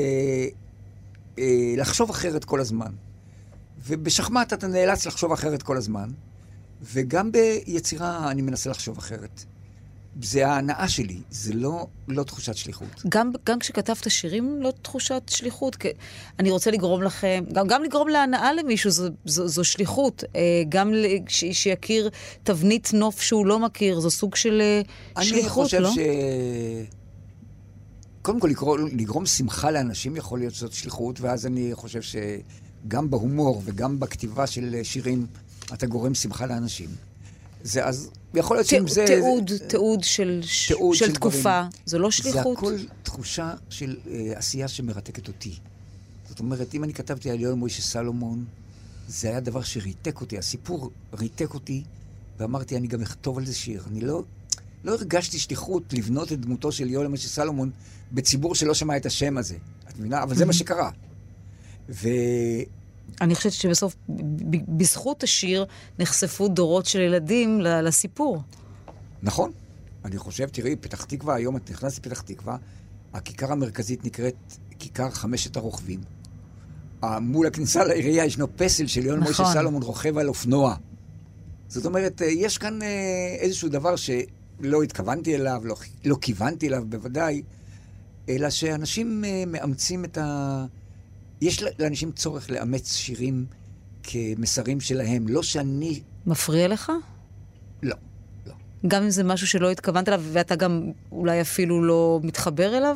ולחשוב אחרת כל הזמן. ובשחמט אתה נאלץ לחשוב אחרת כל הזמן, וגם ביצירה אני מנסה לחשוב אחרת. זה ההנאה שלי, זה לא, לא תחושת שליחות. גם, גם כשכתבת שירים, לא תחושת שליחות. כי אני רוצה לגרום לכם, גם, גם לגרום להנאה למישהו, זו, זו, זו שליחות. גם ש, שיכיר תבנית נוף שהוא לא מכיר, זו סוג של שליחות, לא? אני חושב ש... קודם כל, לגרום, לגרום שמחה לאנשים יכול להיות שזאת שליחות, ואז אני חושב שגם בהומור וגם בכתיבה של שירים, אתה גורם שמחה לאנשים. זה אז... יכול להיות שאם זה... תיעוד, תיעוד של, תיעוד של, של תקופה, זה לא שליחות. זה הכל תחושה של uh, עשייה שמרתקת אותי. זאת אומרת, אם אני כתבתי על יואל מוישה סלומון, זה היה דבר שריתק אותי, הסיפור ריתק אותי, ואמרתי, אני גם אכתוב על זה שיר. אני לא... לא הרגשתי שליחות לבנות את דמותו של יואל משה סלומון בציבור שלא שמע את השם הזה. את מבינה? אבל זה מה שקרה. ו... אני חושבת שבסוף, בזכות השיר, נחשפו דורות של ילדים לסיפור. נכון. אני חושב, תראי, פתח תקווה, היום את נכנס לפתח תקווה, הכיכר המרכזית נקראת כיכר חמשת הרוכבים. מול הכניסה לעירייה ישנו פסל של יואל משה סלומון רוכב על אופנוע. זאת אומרת, יש כאן איזשהו דבר שלא התכוונתי אליו, לא, לא כיוונתי אליו בוודאי, אלא שאנשים מאמצים את ה... יש לאנשים צורך לאמץ שירים כמסרים שלהם, לא שאני... מפריע לך? לא, לא. גם אם זה משהו שלא התכוונת אליו, ואתה גם אולי אפילו לא מתחבר אליו?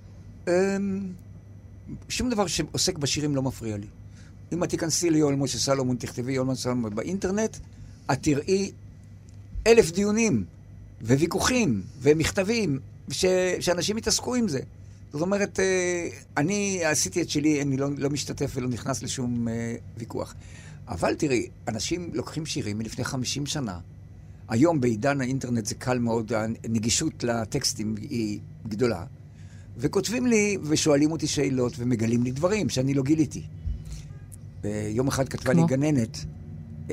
שום דבר שעוסק בשירים לא מפריע לי. אם את תיכנסי ליואל משה סלומון, תכתבי יואל משה סלומון באינטרנט, את תראי אלף דיונים וויכוחים ומכתבים ש... שאנשים יתעסקו עם זה. זאת אומרת, אני עשיתי את שלי, אני לא, לא משתתף ולא נכנס לשום ויכוח. אבל תראי, אנשים לוקחים שירים מלפני חמישים שנה. היום בעידן האינטרנט זה קל מאוד, הנגישות לטקסטים היא גדולה. וכותבים לי ושואלים אותי שאלות ומגלים לי דברים שאני לא גיליתי. יום אחד כתבה לי גננת אה,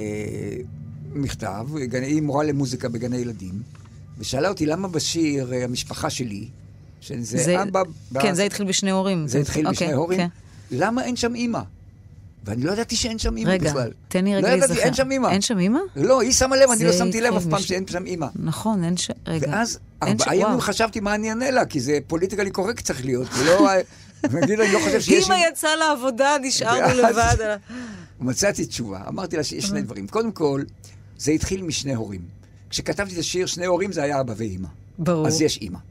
מכתב, היא מורה למוזיקה בגני ילדים, ושאלה אותי למה בשיר המשפחה שלי, שזה זה, אבא... כן, בא, זה התחיל בשני הורים. זה התחיל okay, בשני הורים. Okay. למה אין שם אימא? ואני לא ידעתי שאין שם אימא רגע, בכלל. רגע, תן לי רגע לא להיזכר. ידעתי, אין שם אימא. אין שם אימא? לא, היא שמה לב, אני לא שמתי לב אף פעם מש... שאין שם אימא. נכון, אין ש... רגע. ואז ארבעה ימים חשבתי מה אני אענה לה, כי זה פוליטיקלי קורקט צריך להיות. ולא... נגיד, אני לא חושב שיש... אמא יצאה לעבודה, נשארנו לבד. מצאתי תשובה. אמרתי לה שיש שני דברים. קודם כל, זה התחיל משני הורים. כשכתבתי את השיר, שני הורים זה היה אבא ואמא. ברור. אז יש אמא.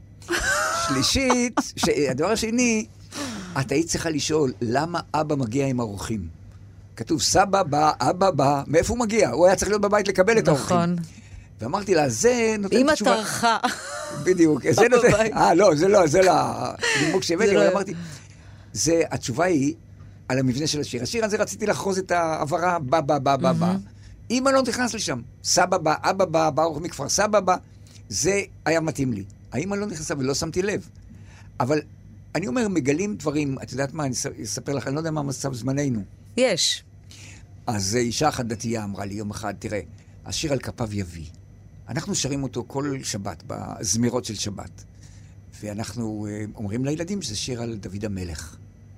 שלישית, הדבר השני, את היית צריכה לשאול, למה אבא מגיע עם האורחים? כתוב, סבא בא, אבא בא, מאיפה הוא מגיע? הוא היה צריך להיות בבית לקבל את האורחים. נכון. ואמרתי לה, זה נותן תשובה... אמא טרחה. בדיוק. זה נותן... אה, לא, זה לא, זה לא... נימוק שהבאתי, אבל אמרתי... זה, התשובה היא על המבנה של השיר. השיר הזה רציתי לחרוז את העברה, בא, בא, בא, בא, בא. אמא לא נכנס לשם. סבא בא, אבא בא, בא אורח מכפר סבא בא. זה היה מתאים לי. האמא לא נכנסה ולא שמתי לב. אבל אני אומר, מגלים דברים, את יודעת מה, אני אספר לך, אני לא יודע מה מצב זמננו. יש. אז אישה אחת דתייה אמרה לי יום אחד, תראה, השיר על כפיו יביא. אנחנו שרים אותו כל שבת, בזמירות של שבת. ואנחנו אומרים לילדים שזה שיר על דוד המלך.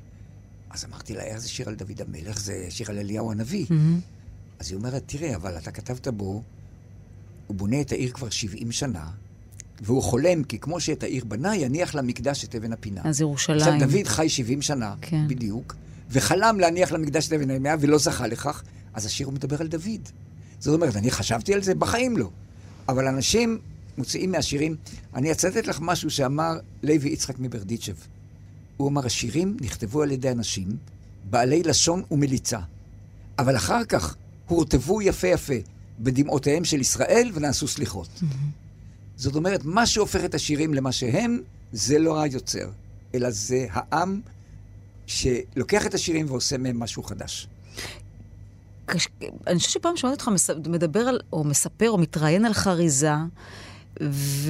אז אמרתי לה, איך זה שיר על דוד המלך? זה שיר על אליהו הנביא. Mm-hmm. אז היא אומרת, תראה, אבל אתה כתבת בו, הוא בונה את העיר כבר שבעים שנה, והוא חולם, כי כמו שאת העיר בנה, יניח למקדש את אבן הפינה. אז ירושלים. עכשיו דוד חי שבעים שנה, כן. בדיוק, וחלם להניח למקדש את אבן הפינה, ולא זכה לכך, אז השיר הוא מדבר על דוד. זאת אומרת, אני חשבתי על זה, בחיים לא. אבל אנשים מוציאים מהשירים, אני אצטט לך משהו שאמר לוי יצחק מברדיצ'ב. הוא אמר, השירים נכתבו על ידי אנשים, בעלי לשון ומליצה. אבל אחר כך הורטבו יפה יפה בדמעותיהם של ישראל ונעשו סליחות. Mm-hmm. זאת אומרת, מה שהופך את השירים למה שהם, זה לא היוצר, אלא זה העם שלוקח את השירים ועושה מהם משהו חדש. קש... אני חושבת שפעם שמעתי אותך מדבר על, או מספר או מתראיין על חריזה, ו...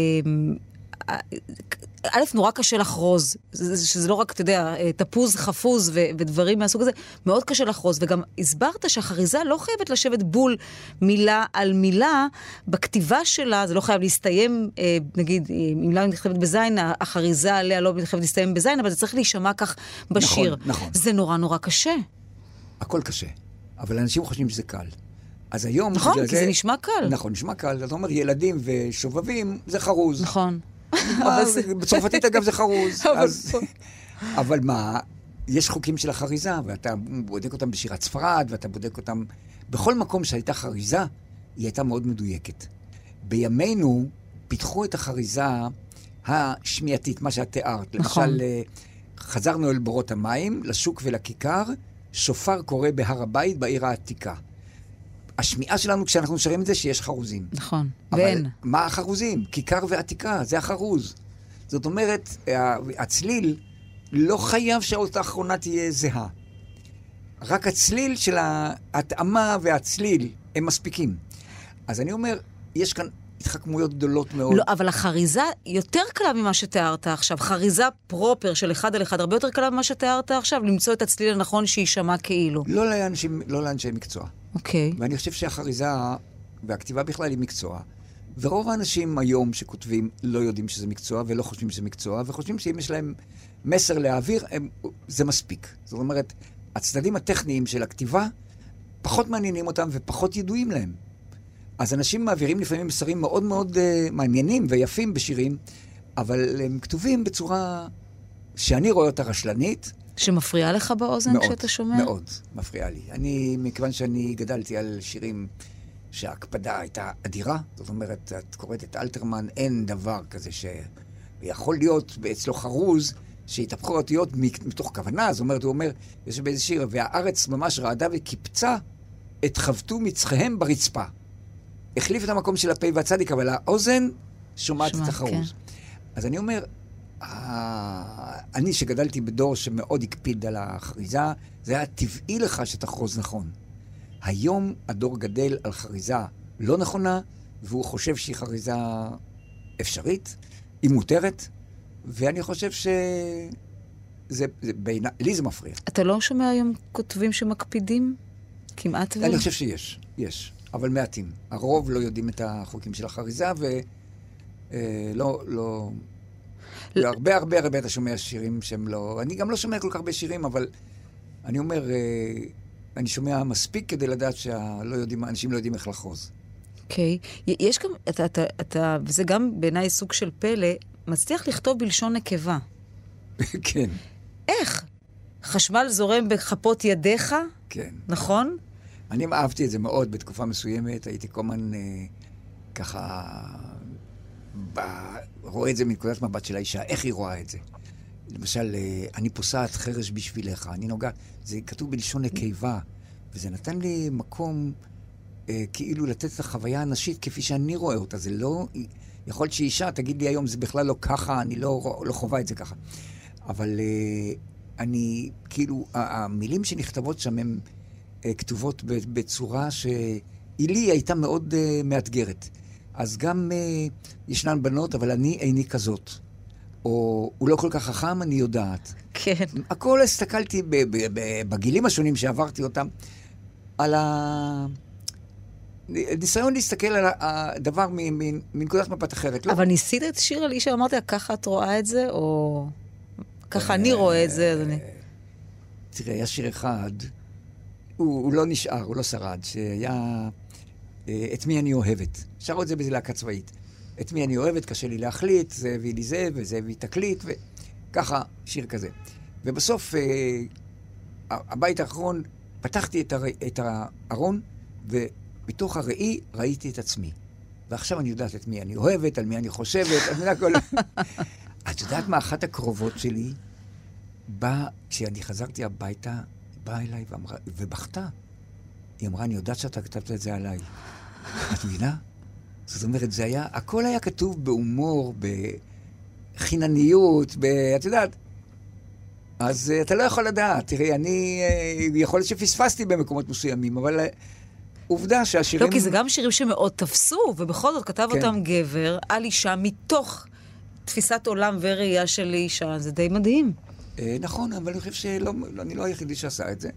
א', נורא קשה לחרוז, שזה לא רק, אתה יודע, תפוז, חפוז ו- ודברים מהסוג הזה, מאוד קשה לחרוז, וגם הסברת שהחריזה לא חייבת לשבת בול מילה על מילה, בכתיבה שלה, זה לא חייב להסתיים, נגיד, אם מילה נכתבת בזין, החריזה עליה לא נכתבת להסתיים בזין, אבל זה צריך להישמע כך בשיר. נכון, נכון. זה נורא נורא קשה. הכל קשה, אבל אנשים חושבים שזה קל. אז היום... נכון, כי זה, זה נשמע קל. נכון, נשמע קל. אתה אומר, ילדים ושובבים, זה חרוז. נכון. בצרפתית אגב זה חרוז. אבל מה, יש חוקים של החריזה, ואתה בודק אותם בשירת ספרד, ואתה בודק אותם בכל מקום שהייתה חריזה, היא הייתה מאוד מדויקת. בימינו פיתחו את החריזה השמיעתית, מה שאת תיארת. למשל, חזרנו אל בורות המים, לשוק ולכיכר, שופר קורא בהר הבית בעיר העתיקה. השמיעה שלנו כשאנחנו שרים את זה שיש חרוזים. נכון, אבל ואין. מה החרוזים? כיכר ועתיקה, זה החרוז. זאת אומרת, הצליל לא חייב שהאות האחרונה תהיה זהה. רק הצליל של ההתאמה והצליל הם מספיקים. אז אני אומר, יש כאן התחכמויות גדולות מאוד. לא, אבל החריזה יותר קלה ממה שתיארת עכשיו. חריזה פרופר של אחד על אחד, הרבה יותר קלה ממה שתיארת עכשיו, למצוא את הצליל הנכון שישמע כאילו. לא לאנשים, לא לאנשי מקצוע. אוקיי. ואני חושב שהחריזה והכתיבה בכלל היא מקצוע. ורוב האנשים היום שכותבים לא יודעים שזה מקצוע, ולא חושבים שזה מקצוע, וחושבים שאם יש להם מסר להעביר, הם, זה מספיק. זאת אומרת, הצדדים הטכניים של הכתיבה פחות מעניינים אותם ופחות ידועים להם. אז אנשים מעבירים לפעמים מסרים מאוד מאוד uh, מעניינים ויפים בשירים, אבל הם כתובים בצורה שאני רואה אותה רשלנית. שמפריעה לך באוזן מאוד, כשאתה שומע? מאוד, מפריעה לי. אני, מכיוון שאני גדלתי על שירים שההקפדה הייתה אדירה, זאת אומרת, את קוראת את אלתרמן, אין דבר כזה שיכול להיות אצלו חרוז, שהתהפכו אותיות מתוך כוונה, זאת אומרת, הוא אומר, יש באיזה שיר, והארץ ממש רעדה וקיפצה את חבטו מצחיהם ברצפה. החליף את המקום של הפה והצדיק, אבל האוזן שומעת את החרוז. כן. אז אני אומר, אני שגדלתי בדור שמאוד הקפיד על החריזה, זה היה טבעי לך שתחרוז נכון. היום הדור גדל על חריזה לא נכונה, והוא חושב שהיא חריזה אפשרית, היא מותרת, ואני חושב ש... זה, זה בעיני, לי זה מפריע. אתה לא שומע היום כותבים שמקפידים? כמעט ו... אני חושב שיש, יש, אבל מעטים. הרוב לא יודעים את החוקים של החריזה, ולא, לא... הרבה הרבה הרבה אתה שומע שירים שהם לא... אני גם לא שומע כל כך הרבה שירים, אבל אני אומר, אני שומע מספיק כדי לדעת שלא יודעים, אנשים לא יודעים איך לחרוז. אוקיי. Okay. יש גם, אתה, אתה, אתה, וזה גם בעיניי סוג של פלא, מצליח לכתוב בלשון נקבה. כן. איך? חשמל זורם בכפות ידיך? כן. נכון? אני אהבתי את זה מאוד בתקופה מסוימת, הייתי כל הזמן אה, ככה ב... רואה את זה מנקודת מבט של האישה, איך היא רואה את זה? למשל, אה, אני פוסעת חרש בשבילך, אני נוגעת, זה כתוב בלשון נקבה, וזה נתן לי מקום אה, כאילו לתת את החוויה הנשית כפי שאני רואה אותה, זה לא... יכול להיות שאישה, תגיד לי היום, זה בכלל לא ככה, אני לא, לא חובה את זה ככה. אבל uh, אני, כאילו, המילים שנכתבות שם הן uh, כתובות בצורה שהיא לי הייתה מאוד uh, מאתגרת. אז גם uh, ישנן בנות, אבל אני איני כזאת. או הוא לא כל כך חכם, אני יודעת. כן. הכל הסתכלתי ב- ב- ב- בגילים השונים שעברתי אותם, על ה... ניסיון להסתכל על הדבר מנקודת מבט אחרת. אבל ניסית את שיר על אישה, אמרתי, ככה את רואה את זה, או ככה אני רואה את זה, אז אני... תראה, היה שיר אחד, הוא לא נשאר, הוא לא שרד, שהיה את מי אני אוהבת. שרו את זה בלהקה צבאית. את מי אני אוהבת, קשה לי להחליט, זה הביא לי זה, וזה הביא תקליט, וככה, שיר כזה. ובסוף, הבית האחרון, פתחתי את הארון, ו... בתוך הראי ראיתי את עצמי. ועכשיו אני יודעת את מי אני אוהבת, על מי אני חושבת, על מי הכל... את יודעת מה, אחת הקרובות שלי, באה, כשאני חזרתי הביתה, היא באה אליי ואמרה, ובכתה. היא אמרה, אני יודעת שאתה כתבת את זה עליי. את מבינה? זאת אומרת, זה היה, הכל היה כתוב בהומור, בחינניות, ב... את יודעת. אז אתה לא יכול לדעת. תראי, אני יכול להיות שפספסתי במקומות מסוימים, אבל... עובדה שהשירים... לא, כי זה גם שירים שמאוד תפסו, ובכל זאת כתב כן. אותם גבר על אישה מתוך תפיסת עולם וראייה של אישה. זה די מדהים. אה, נכון, אבל אני חושב שאני לא היחידי שעשה את זה.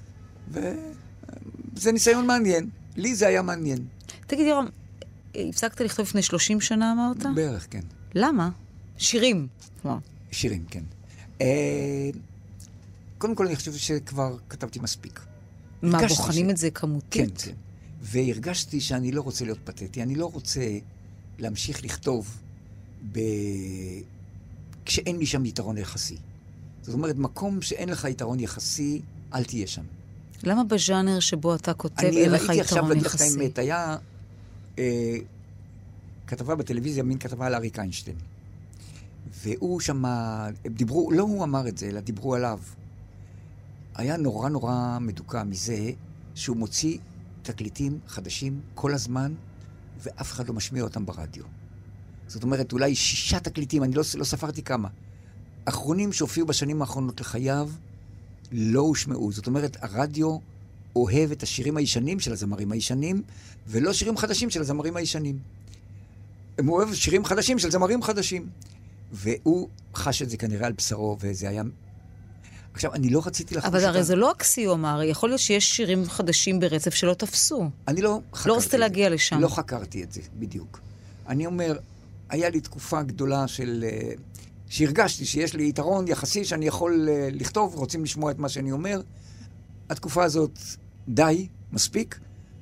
וזה ניסיון מעניין. לי זה היה מעניין. תגיד, יורם, הפסקת לכתוב לפני שלושים שנה, אמרת? בערך, כן. למה? שירים. שירים, כן. אה, קודם כל, אני חושב שכבר כתבתי מספיק. מה, בוחנים ש... את זה כמותית? כן, כן. והרגשתי שאני לא רוצה להיות פתטי. אני לא רוצה להמשיך לכתוב ב... כשאין לי שם יתרון יחסי. זאת אומרת, מקום שאין לך יתרון יחסי, אל תהיה שם. למה בז'אנר שבו אתה כותב אין לך יתרון יחסי? אני ראיתי עכשיו להגיד לך את האמת. היה אה, כתבה בטלוויזיה, מין כתבה על אריק איינשטיין. והוא שם, דיברו, לא הוא אמר את זה, אלא דיברו עליו. היה נורא נורא מדוקה מזה שהוא מוציא תקליטים חדשים כל הזמן, ואף אחד לא משמיע אותם ברדיו. זאת אומרת, אולי שישה תקליטים, אני לא, לא ספרתי כמה. אחרונים שהופיעו בשנים האחרונות לחייו, לא הושמעו. זאת אומרת, הרדיו אוהב את השירים הישנים של הזמרים הישנים, ולא שירים חדשים של הזמרים הישנים. הוא אוהב שירים חדשים של זמרים חדשים. והוא חש את זה כנראה על בשרו, וזה היה... עכשיו, אני לא רציתי לחוש אותה. אבל הרי זה לא אקסיומה, הרי יכול להיות שיש שירים חדשים ברצף שלא תפסו. אני לא חקרתי לא רצית להגיע לשם. לא חקרתי את זה, בדיוק. אני אומר, היה לי תקופה גדולה של... שהרגשתי שיש לי יתרון יחסי שאני יכול לכתוב, רוצים לשמוע את מה שאני אומר. התקופה הזאת די, מספיק,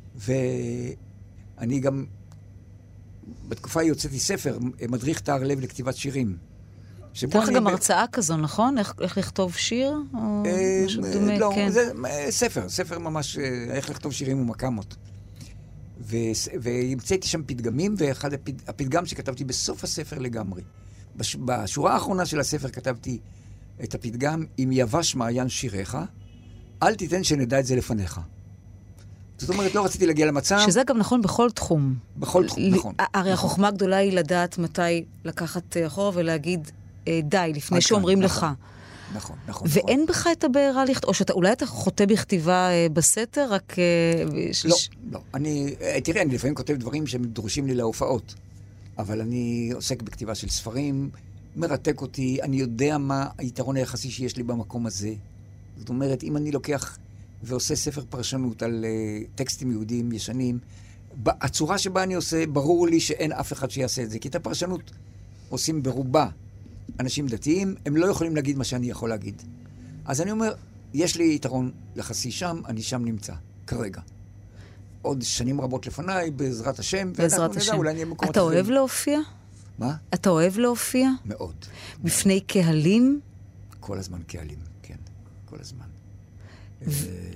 ואני גם... בתקופה יוצאתי ספר, מדריך תאר לב לכתיבת שירים. אתה לך גם הרצאה כזו, נכון? איך לכתוב שיר? לא, זה ספר, ספר ממש, איך לכתוב שירים ומקמות. והמצאתי שם פתגמים, ואחד הפתגם שכתבתי בסוף הספר לגמרי. בשורה האחרונה של הספר כתבתי את הפתגם, אם יבש מעיין שיריך, אל תיתן שנדע את זה לפניך. זאת אומרת, לא רציתי להגיע למצב... שזה גם נכון בכל תחום. בכל תחום, נכון. הרי החוכמה הגדולה היא לדעת מתי לקחת אחורה ולהגיד די, לפני שאומרים לך. נכון, נכון. ואין בך את הבעירה לכתוב, או שאולי אתה חוטא בכתיבה בסתר, רק... לא, לא. אני, תראה, אני לפעמים כותב דברים שהם דרושים לי להופעות, אבל אני עוסק בכתיבה של ספרים, מרתק אותי, אני יודע מה היתרון היחסי שיש לי במקום הזה. זאת אומרת, אם אני לוקח ועושה ספר פרשנות על טקסטים יהודיים ישנים, הצורה שבה אני עושה, ברור לי שאין אף אחד שיעשה את זה, כי את הפרשנות עושים ברובה אנשים דתיים, הם לא יכולים להגיד מה שאני יכול להגיד. אז אני אומר, יש לי יתרון יחסי שם, אני שם נמצא, כרגע. עוד שנים רבות לפניי, בעזרת השם, בעזרת השם. אולי נהיה מקומות אתה אחרים. אוהב להופיע? מה? אתה אוהב להופיע? מאוד. בפני מאוד. קהלים? כל הזמן קהלים, כן, כל הזמן. ו...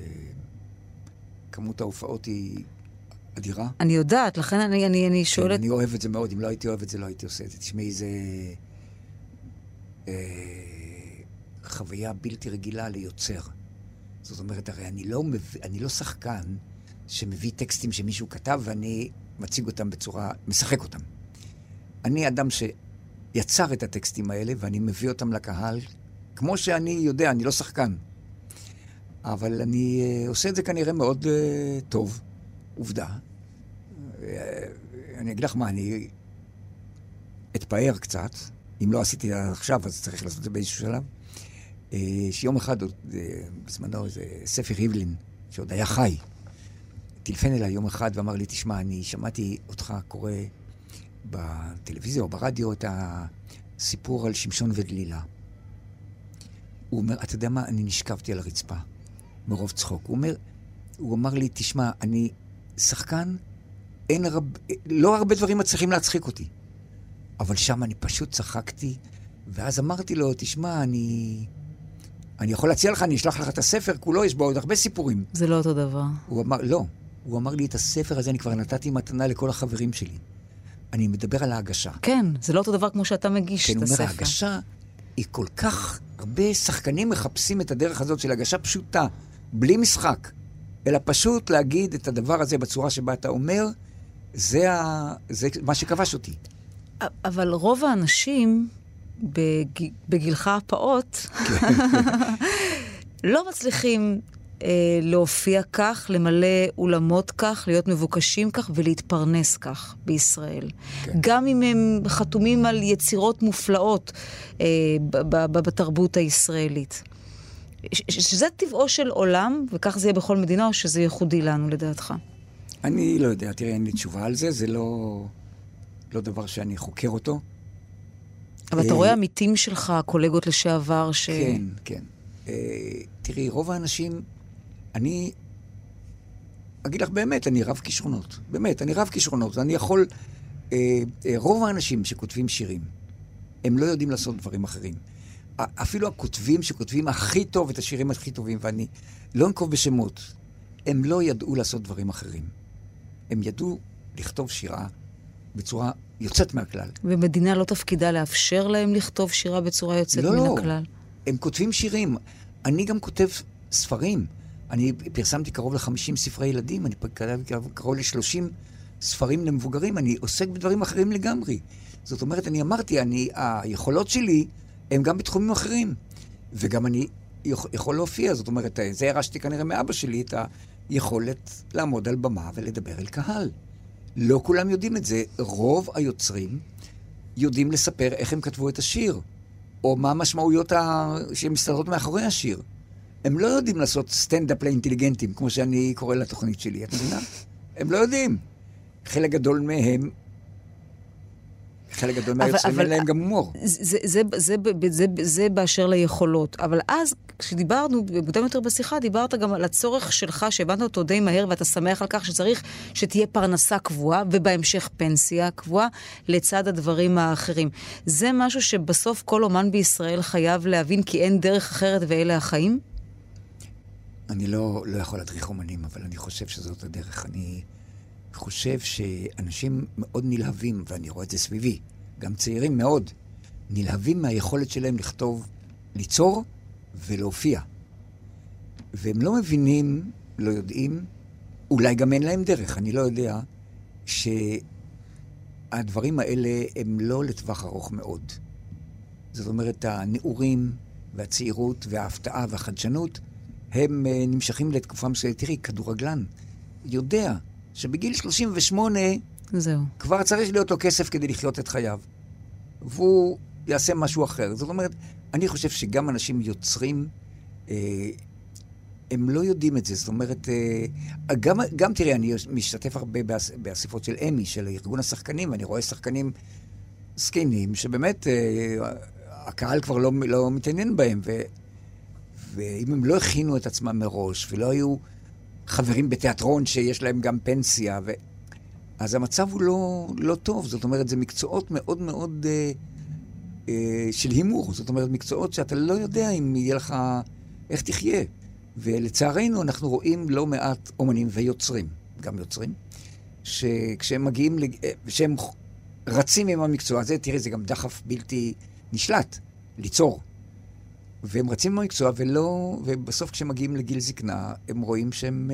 כמות ההופעות היא אדירה. אני יודעת, לכן אני, אני, אני שואלת... כן, אני אוהב את זה מאוד, אם לא הייתי אוהב את זה, לא הייתי עושה את זה. תשמעי, זה... אה, חוויה בלתי רגילה ליוצר. זאת אומרת, הרי אני לא, מביא, אני לא שחקן שמביא טקסטים שמישהו כתב ואני מציג אותם בצורה, משחק אותם. אני אדם שיצר את הטקסטים האלה ואני מביא אותם לקהל, כמו שאני יודע, אני לא שחקן. אבל אני אה, עושה את זה כנראה מאוד אה, טוב. עובדה. אה, אני אגיד לך מה, אני אתפאר קצת. אם לא עשיתי עכשיו, אז צריך לעשות את זה באיזשהו שלב. אה, שיום אחד, עוד, אה, בזמנו, זה ספר ריבלין, שעוד היה חי. טלפן אליי יום אחד ואמר לי, תשמע, אני שמעתי אותך קורא בטלוויזיה או ברדיו את הסיפור על שמשון ודלילה. הוא אומר, אתה יודע מה? אני נשכבתי על הרצפה. מרוב צחוק. הוא אומר, הוא אמר לי, תשמע, אני שחקן, אין רב, לא הרבה דברים מצליחים להצחיק אותי. אבל שם אני פשוט צחקתי, ואז אמרתי לו, תשמע, אני, אני יכול להציע לך, אני אשלח לך את הספר, כולו יש בו עוד הרבה סיפורים. זה לא אותו דבר. הוא אמר, לא. הוא אמר לי, את הספר הזה אני כבר נתתי מתנה לכל החברים שלי. אני מדבר על ההגשה. כן, זה לא אותו דבר כמו שאתה מגיש כן, את הספר. כן, הוא אומר, ההגשה היא כל כך, הרבה שחקנים מחפשים את הדרך הזאת של הגשה פשוטה, בלי משחק, אלא פשוט להגיד את הדבר הזה בצורה שבה אתה אומר, זה, ה... זה מה שכבש אותי. אבל רוב האנשים, בג... בגילך הפעוט, לא מצליחים אה, להופיע כך, למלא אולמות כך, להיות מבוקשים כך ולהתפרנס כך בישראל. כן. גם אם הם חתומים על יצירות מופלאות אה, ב- ב- בתרבות הישראלית. שזה טבעו של עולם, וכך זה יהיה בכל מדינה, או שזה ייחודי לנו, לדעתך? אני לא יודע, תראה, אין לי תשובה על זה, זה לא, לא דבר שאני חוקר אותו. אבל אתה רואה עמיתים שלך, קולגות לשעבר, ש... כן, כן. תראי, רוב האנשים, אני אגיד לך באמת, אני רב כישרונות. באמת, אני רב כישרונות. אני יכול... רוב האנשים שכותבים שירים, הם לא יודעים לעשות דברים אחרים. אפילו הכותבים שכותבים הכי טוב את השירים הכי טובים, ואני לא אנקוב בשמות, הם לא ידעו לעשות דברים אחרים. הם ידעו לכתוב שירה בצורה יוצאת מהכלל. ומדינה לא תפקידה לאפשר להם לכתוב שירה בצורה יוצאת לא, מן לא. הכלל? הם כותבים שירים. אני גם כותב ספרים. אני פרסמתי קרוב ל-חמישים ספרי ילדים, אני כתבתי קרוב ל-שלושים ספרים למבוגרים, אני עוסק בדברים אחרים לגמרי. זאת אומרת, אני אמרתי, אני, היכולות שלי הם גם בתחומים אחרים. וגם אני יכול להופיע, זאת אומרת, זה הרשתי כנראה מאבא שלי, את היכולת לעמוד על במה ולדבר אל קהל. לא כולם יודעים את זה. רוב היוצרים יודעים לספר איך הם כתבו את השיר, או מה המשמעויות ה... שמסתדרות מאחורי השיר. הם לא יודעים לעשות סטנדאפ לאינטליגנטים, כמו שאני קורא לתוכנית שלי, את מבינה? הם לא יודעים. חלק גדול מהם, חלק גדול מהיוצרים אין להם גם הומור. זה, זה, זה, זה, זה, זה באשר ליכולות. אבל אז, כשדיברנו, מוקדם יותר בשיחה, דיברת גם על הצורך שלך, שהבנת אותו די מהר, ואתה שמח על כך שצריך שתהיה פרנסה קבועה, ובהמשך פנסיה קבועה, לצד הדברים האחרים. זה משהו שבסוף כל אומן בישראל חייב להבין, כי אין דרך אחרת ואלה החיים? אני לא, לא יכול להדריך אומנים, אבל אני חושב שזאת הדרך. אני חושב שאנשים מאוד נלהבים, ואני רואה את זה סביבי, גם צעירים מאוד, נלהבים מהיכולת שלהם לכתוב, ליצור ולהופיע. והם לא מבינים, לא יודעים, אולי גם אין להם דרך, אני לא יודע, שהדברים האלה הם לא לטווח ארוך מאוד. זאת אומרת, הנעורים והצעירות וההפתעה והחדשנות, הם נמשכים לתקופה מסוימת. תראי, כדורגלן יודע שבגיל שלושים ושמונה זהו. כבר צריך להיות לו כסף כדי לחיות את חייו. והוא יעשה משהו אחר. זאת אומרת, אני חושב שגם אנשים יוצרים, אה, הם לא יודעים את זה. זאת אומרת, אה, גם, גם תראי, אני משתתף הרבה באסיפות של אמי, של ארגון השחקנים, ואני רואה שחקנים סקינים, שבאמת אה, הקהל כבר לא, לא מתעניין בהם, ו... ואם הם לא הכינו את עצמם מראש, ולא היו חברים בתיאטרון שיש להם גם פנסיה, ו... אז המצב הוא לא, לא טוב. זאת אומרת, זה מקצועות מאוד מאוד אה, אה, של הימור. זאת אומרת, מקצועות שאתה לא יודע אם יהיה לך, איך תחיה. ולצערנו אנחנו רואים לא מעט אומנים ויוצרים, גם יוצרים, שכשהם מגיעים, לג... שהם רצים עם המקצוע הזה, תראי, זה גם דחף בלתי נשלט, ליצור. והם רצים במקצוע, ולא, ובסוף כשהם מגיעים לגיל זקנה, הם רואים שהם,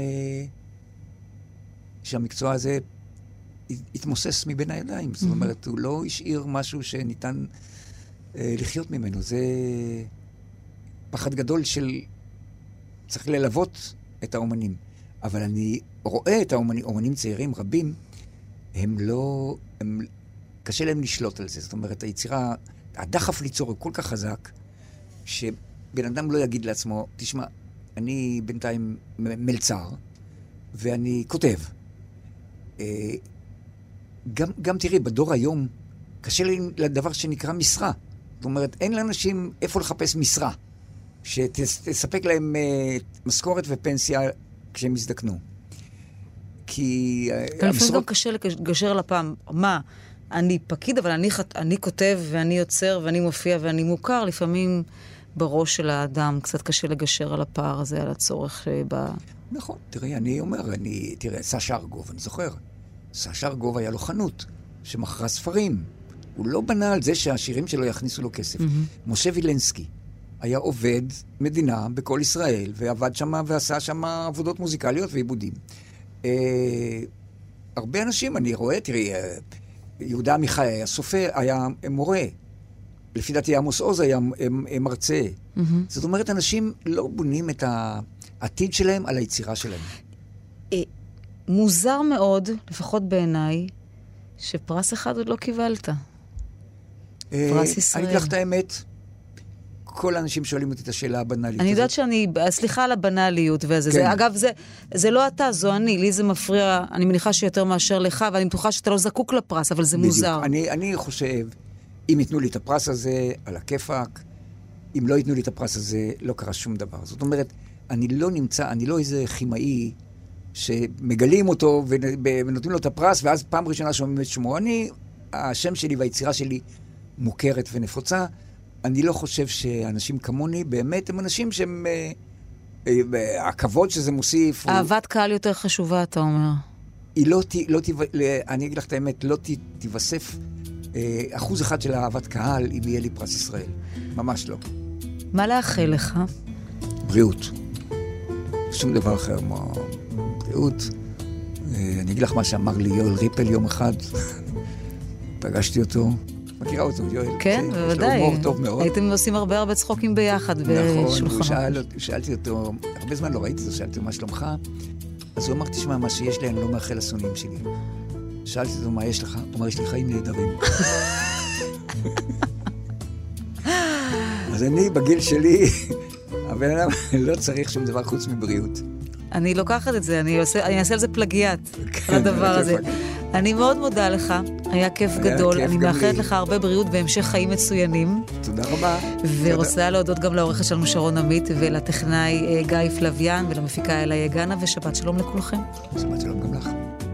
שהמקצוע הזה התמוסס מבין הידיים. זאת אומרת, הוא לא השאיר משהו שניתן לחיות ממנו. זה פחד גדול של, צריך ללוות את האומנים. אבל אני רואה את האומנים, אומנים צעירים רבים, הם לא, הם, קשה להם לשלוט על זה. זאת אומרת, היצירה, הדחף ליצור הוא כל כך חזק, שבן אדם לא יגיד לעצמו, תשמע, אני בינתיים מלצר, ואני כותב. גם, גם תראי, בדור היום, קשה לי לדבר שנקרא משרה. זאת אומרת, אין לאנשים איפה לחפש משרה, שתספק להם משכורת ופנסיה כשהם יזדקנו. כי לפעמים גם קשה לגשר לפעם, מה? אני פקיד, אבל אני, אני כותב ואני יוצר ואני מופיע ואני מוכר. לפעמים בראש של האדם קצת קשה לגשר על הפער הזה, על הצורך ב... נכון, תראי, אני אומר, אני, תראה, סשה ארגוב, אני זוכר. סשה ארגוב היה לו חנות שמכרה ספרים. הוא לא בנה על זה שהשירים שלו יכניסו לו כסף. Mm-hmm. משה וילנסקי היה עובד מדינה בכל ישראל, ועבד שם ועשה שם עבודות מוזיקליות ועיבודים. אה, הרבה אנשים, אני רואה, תראי, אה, יהודה עמיחי היה סופר, היה מורה. לפי דעתי עמוס עוז היה מרצה. Mm-hmm. זאת אומרת, אנשים לא בונים את העתיד שלהם על היצירה שלהם. אה, מוזר מאוד, לפחות בעיניי, שפרס אחד עוד לא קיבלת. אה, פרס ישראל. אני אגיד לך את האמת, כל האנשים שואלים אותי את השאלה הבנאלית. אני יודעת שאני, סליחה על הבנאליות וזה. כן. זה, אגב, זה, זה לא אתה, זו אני. לי זה מפריע, אני מניחה שיותר מאשר לך, ואני בטוחה שאתה לא זקוק לפרס, אבל זה בדיוק. מוזר. אני, אני חושב, אם ייתנו לי את הפרס הזה, על הכיפק, אם לא ייתנו לי את הפרס הזה, לא קרה שום דבר. זאת אומרת, אני לא נמצא, אני לא איזה כימאי שמגלים אותו ונותנים לו את הפרס, ואז פעם ראשונה שומעים את שמו. אני, השם שלי והיצירה שלי מוכרת ונפוצה. אני לא חושב שאנשים כמוני, באמת, הם אנשים שהם... הכבוד שזה מוסיף... אהבת קהל יותר חשובה, אתה אומר. היא לא... לא אני אגיד לך את האמת, לא תיווסף אחוז אחד של אהבת קהל אם יהיה לי פרס ישראל. ממש לא. מה לאחל לך? בריאות. שום דבר אחר, כמו בריאות. אני אגיד לך מה שאמר לי יואל ריפל יום אחד. פגשתי אותו. מכירה אותו, יואל. כן, בוודאי. יש לו הומור טוב מאוד. הייתם עושים הרבה הרבה צחוקים ביחד בשולחנות. נכון, שאל, שאלתי אותו, הרבה זמן לא ראיתי אותו, שאלתי אותו, מה שלומך? אז הוא אמר, תשמע, מה שיש לי, אני לא מאחל לסונים שלי. שאלתי אותו, מה יש לך? הוא אומר, יש לי חיים נהדרים. אז אני, בגיל שלי, הבן אדם לא צריך שום דבר חוץ מבריאות. אני לוקחת את זה, אני אעשה, אני אעשה על זה פלגיית, על הדבר הזה. אני מאוד מודה לך, היה כיף גדול, אני מאחלת לך הרבה בריאות והמשך חיים מצוינים. תודה רבה. ורוצה להודות גם לעורכת שלנו שרון עמית, ולטכנאי גיא פלוויאן, ולמפיקה אלה יגנה, ושבת שלום לכולכם. שבת שלום גם לך.